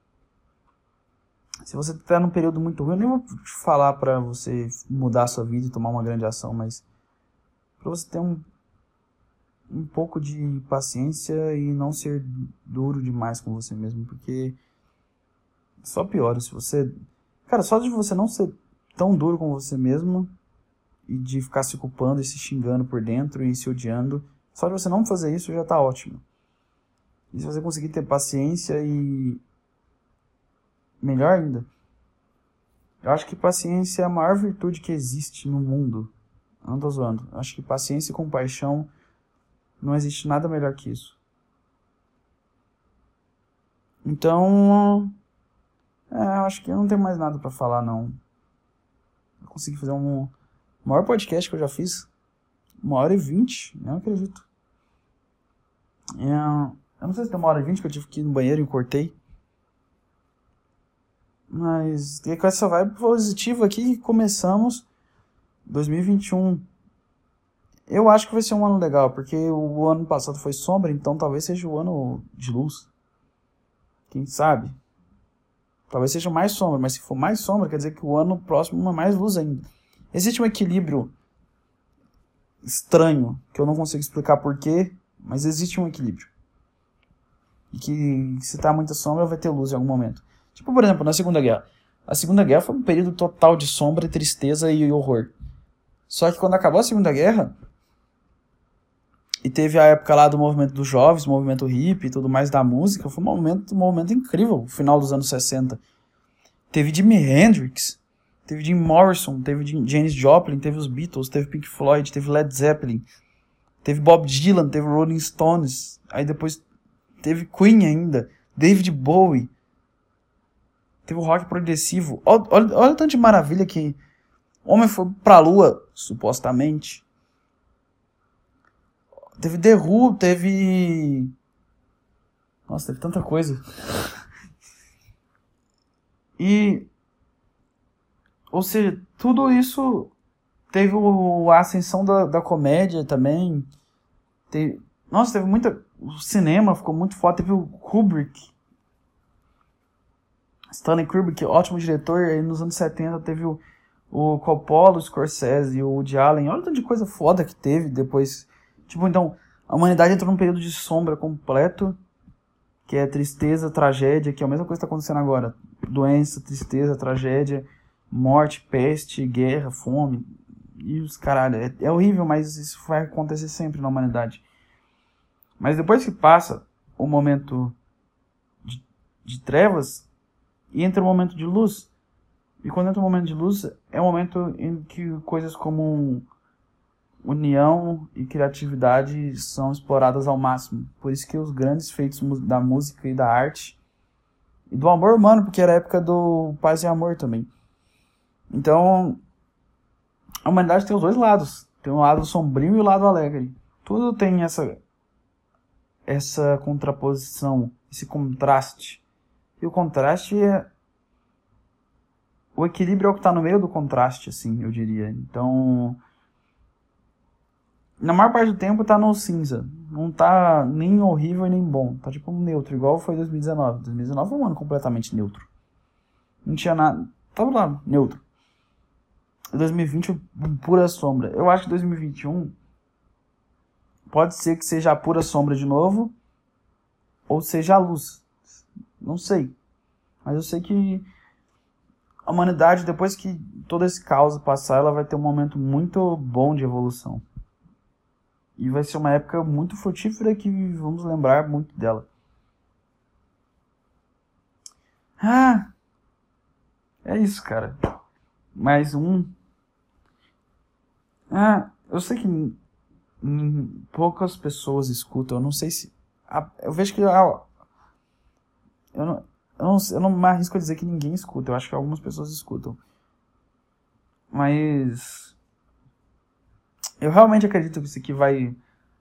se você está num período muito ruim, eu nem vou te falar para você mudar a sua vida e tomar uma grande ação, mas para você ter um pouco de paciência e não ser duro demais com você mesmo, porque só piora se você... Cara, só de você não ser tão duro com você mesmo e de ficar se culpando e se xingando por dentro e se odiando, só de você não fazer isso já tá ótimo. E se você conseguir ter paciência e... Melhor ainda, eu acho que paciência é a maior virtude que existe no mundo. Não tô zoando. Eu acho que paciência e compaixão, não existe nada melhor que isso. Então, eu acho que eu não tenho mais nada pra falar, não. Eu consegui fazer o maior podcast que eu já fiz. 1h20, não acredito. Eu não sei se tem 1h20 que eu tive que ir no banheiro e cortei. Mas com essa vibe positiva aqui, começamos 2021. Eu acho que vai ser um ano legal, porque o ano passado foi sombra, então talvez seja o ano de luz. Quem sabe? Talvez seja mais sombra, mas se for mais sombra, quer dizer que o ano próximo é mais luz ainda. Existe um equilíbrio estranho, que eu não consigo explicar porquê, mas existe um equilíbrio. E que se tá muita sombra, vai ter luz em algum momento. Tipo, por exemplo, na Segunda Guerra. A Segunda Guerra foi um período total de sombra, tristeza e horror. Só que quando acabou a Segunda Guerra, e teve a época lá do movimento dos jovens, movimento hippie e tudo mais da música, foi um momento incrível, final dos anos 60. Teve Jimi Hendrix, teve Jim Morrison, teve Janis Joplin, teve os Beatles, teve Pink Floyd, teve Led Zeppelin, teve Bob Dylan, teve Rolling Stones, aí depois teve Queen ainda, David Bowie, teve o rock progressivo. Olha o tanto de maravilha que o homem foi pra lua, supostamente. Teve The Who, teve... Nossa, teve tanta coisa. E... Ou seja, tudo isso teve a ascensão da comédia também. Nossa, teve muita... O cinema ficou muito foda. Teve o Kubrick. Stanley Kubrick, ótimo diretor, aí nos anos 70 teve o Coppola, o Scorsese, o Woody Allen, olha o tanto de coisa foda que teve depois. Tipo, então, a humanidade entrou num período de sombra completo, que é tristeza, tragédia, que é a mesma coisa que está acontecendo agora. Doença, tristeza, tragédia, morte, peste, guerra, fome, e os caralho. É horrível, mas isso vai acontecer sempre na humanidade. Mas depois que passa o momento de trevas, entra o momento de luz. E quando entra o momento de luz, é o momento em que coisas como união e criatividade são exploradas ao máximo. Por isso que os grandes feitos da música e da arte, e do amor humano, porque era a época do paz e amor também. Então, a humanidade tem os dois lados. Tem o lado sombrio e o lado alegre. Tudo tem essa contraposição, esse contraste. E o contraste é... O equilíbrio é o que está no meio do contraste, assim, eu diria. Então, na maior parte do tempo tá no cinza. Não tá nem horrível e nem bom. Tá tipo um neutro, igual foi 2019. 2019 foi um ano completamente neutro. Não tinha nada. Tava lá, neutro. 2020, pura sombra. Eu acho que 2021 pode ser que seja a pura sombra de novo, ou seja a luz. Não sei. Mas eu sei que a humanidade, depois que todo esse caos passar, ela vai ter um momento muito bom de evolução. E vai ser uma época muito frutífera que vamos lembrar muito dela. Ah, é isso, cara. Mais um. Eu sei que poucas pessoas escutam. Eu não sei se... eu vejo que... eu não me arrisco a dizer que ninguém escuta. Eu acho que algumas pessoas escutam. Mas... eu realmente acredito que isso aqui vai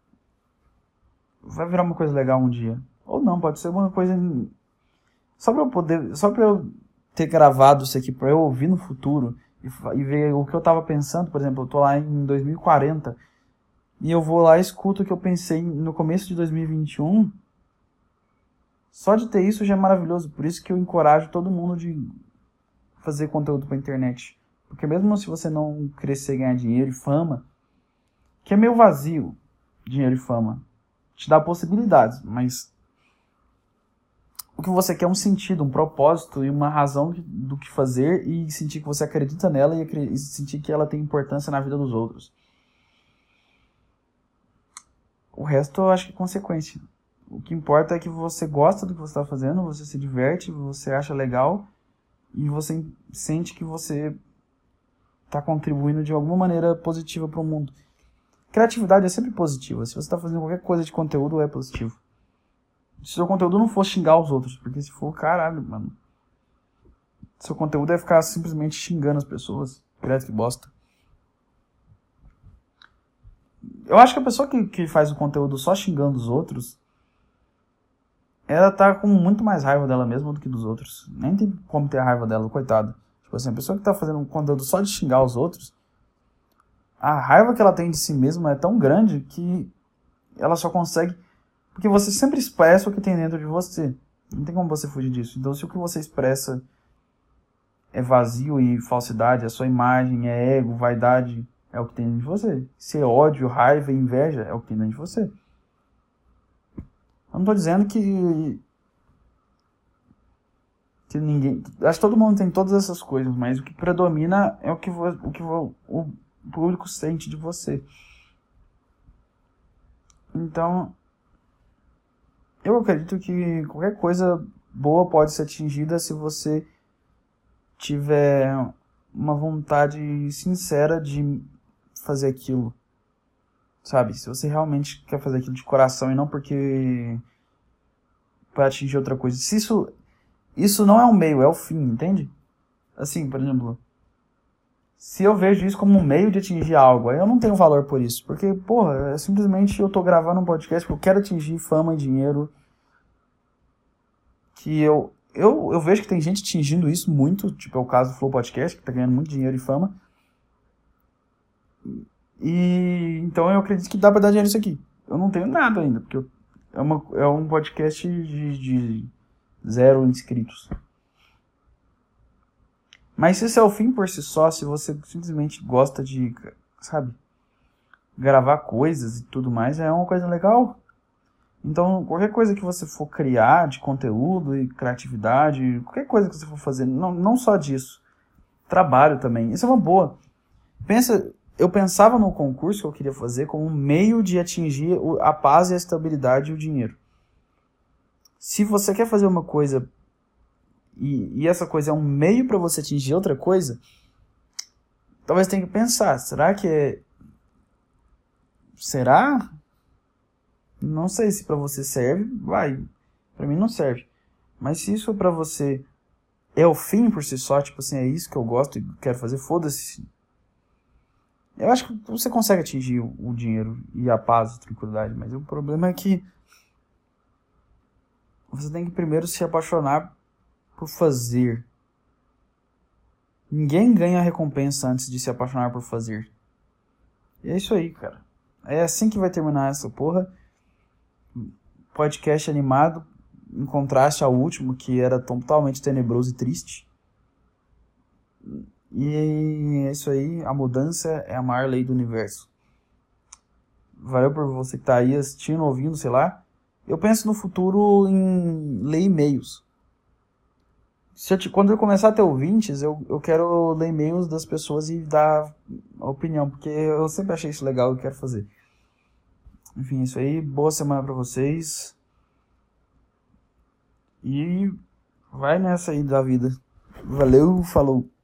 virar uma coisa legal um dia. Ou não, pode ser uma coisa... Só pra eu ter gravado isso aqui, pra eu ouvir no futuro e ver o que eu tava pensando. Por exemplo, eu tô lá em 2040 e eu vou lá e escuto o que eu pensei no começo de 2021. Só de ter isso já é maravilhoso. Por isso que eu encorajo todo mundo de fazer conteúdo pra internet. Porque mesmo se você não crescer e ganhar dinheiro e fama, que é meio vazio, dinheiro e fama, te dá possibilidades, mas o que você quer é um sentido, um propósito e uma razão do que fazer, e sentir que você acredita nela e sentir que ela tem importância na vida dos outros. O resto eu acho que é consequência. O que importa é que você gosta do que você está fazendo, você se diverte, você acha legal e você sente que você está contribuindo de alguma maneira positiva para o mundo. Criatividade é sempre positiva. Se você está fazendo qualquer coisa de conteúdo, é positivo. Se seu conteúdo não for xingar os outros, porque se for, caralho, mano. Seu conteúdo é ficar simplesmente xingando as pessoas. Credo que bosta. Eu acho que a pessoa que faz o conteúdo só xingando os outros, ela tá com muito mais raiva dela mesma do que dos outros. Nem tem como ter raiva dela, coitada. Tipo assim, a pessoa que tá fazendo um conteúdo só de xingar os outros, a raiva que ela tem de si mesma é tão grande que ela só consegue... Porque você sempre expressa o que tem dentro de você. Não tem como você fugir disso. Então, se o que você expressa é vazio e falsidade, a sua imagem é ego, vaidade, é o que tem dentro de você. Se é ódio, raiva e inveja, é o que tem dentro de você. Eu não tô dizendo que ninguém... Acho que todo mundo tem todas essas coisas, mas o que predomina é o que o público sente de você. Então, eu acredito que qualquer coisa boa pode ser atingida se você tiver uma vontade sincera de fazer aquilo. Sabe? Se você realmente quer fazer aquilo de coração e não porque para atingir outra coisa. Se isso não é um meio, é o fim, entende? Assim, por exemplo, se eu vejo isso como um meio de atingir algo, aí eu não tenho valor por isso. Porque, porra, simplesmente eu tô gravando um podcast porque eu quero atingir fama e dinheiro. Que eu vejo que tem gente atingindo isso muito. Tipo, é o caso do Flow Podcast, que tá ganhando muito dinheiro e fama. E então eu acredito que dá pra dar dinheiro nisso aqui. Eu não tenho nada ainda, porque é um podcast de 0 inscritos. Mas se isso é o fim por si só, se você simplesmente gosta de, sabe, gravar coisas e tudo mais, é uma coisa legal. Então, qualquer coisa que você for criar de conteúdo e criatividade, qualquer coisa que você for fazer, não só disso, trabalho também, isso é uma boa. Eu pensava no concurso que eu queria fazer como um meio de atingir a paz e a estabilidade e o dinheiro. Se você quer fazer uma coisa e essa coisa é um meio para você atingir outra coisa, talvez tenha que pensar, será? Não sei se para você serve, para mim não serve. Mas se isso para você é o fim por si só, tipo assim, é isso que eu gosto e quero fazer, foda-se. Eu acho que você consegue atingir o dinheiro e a paz e a tranquilidade, mas o problema é que você tem que primeiro se apaixonar por fazer. Ninguém ganha recompensa antes de se apaixonar por fazer. E é isso aí, cara. É assim que vai terminar essa porra. Podcast animado, em contraste ao último, que era totalmente tenebroso e triste. E é isso aí, a mudança é a maior lei do universo. Valeu por você que tá aí assistindo, ouvindo, sei lá. Eu penso no futuro em ler e-mails. Quando eu começar a ter ouvintes, eu quero ler e-mails das pessoas e dar opinião, porque eu sempre achei isso legal e quero fazer. Enfim, isso aí. Boa semana pra vocês. E vai nessa aí da vida. Valeu, falou.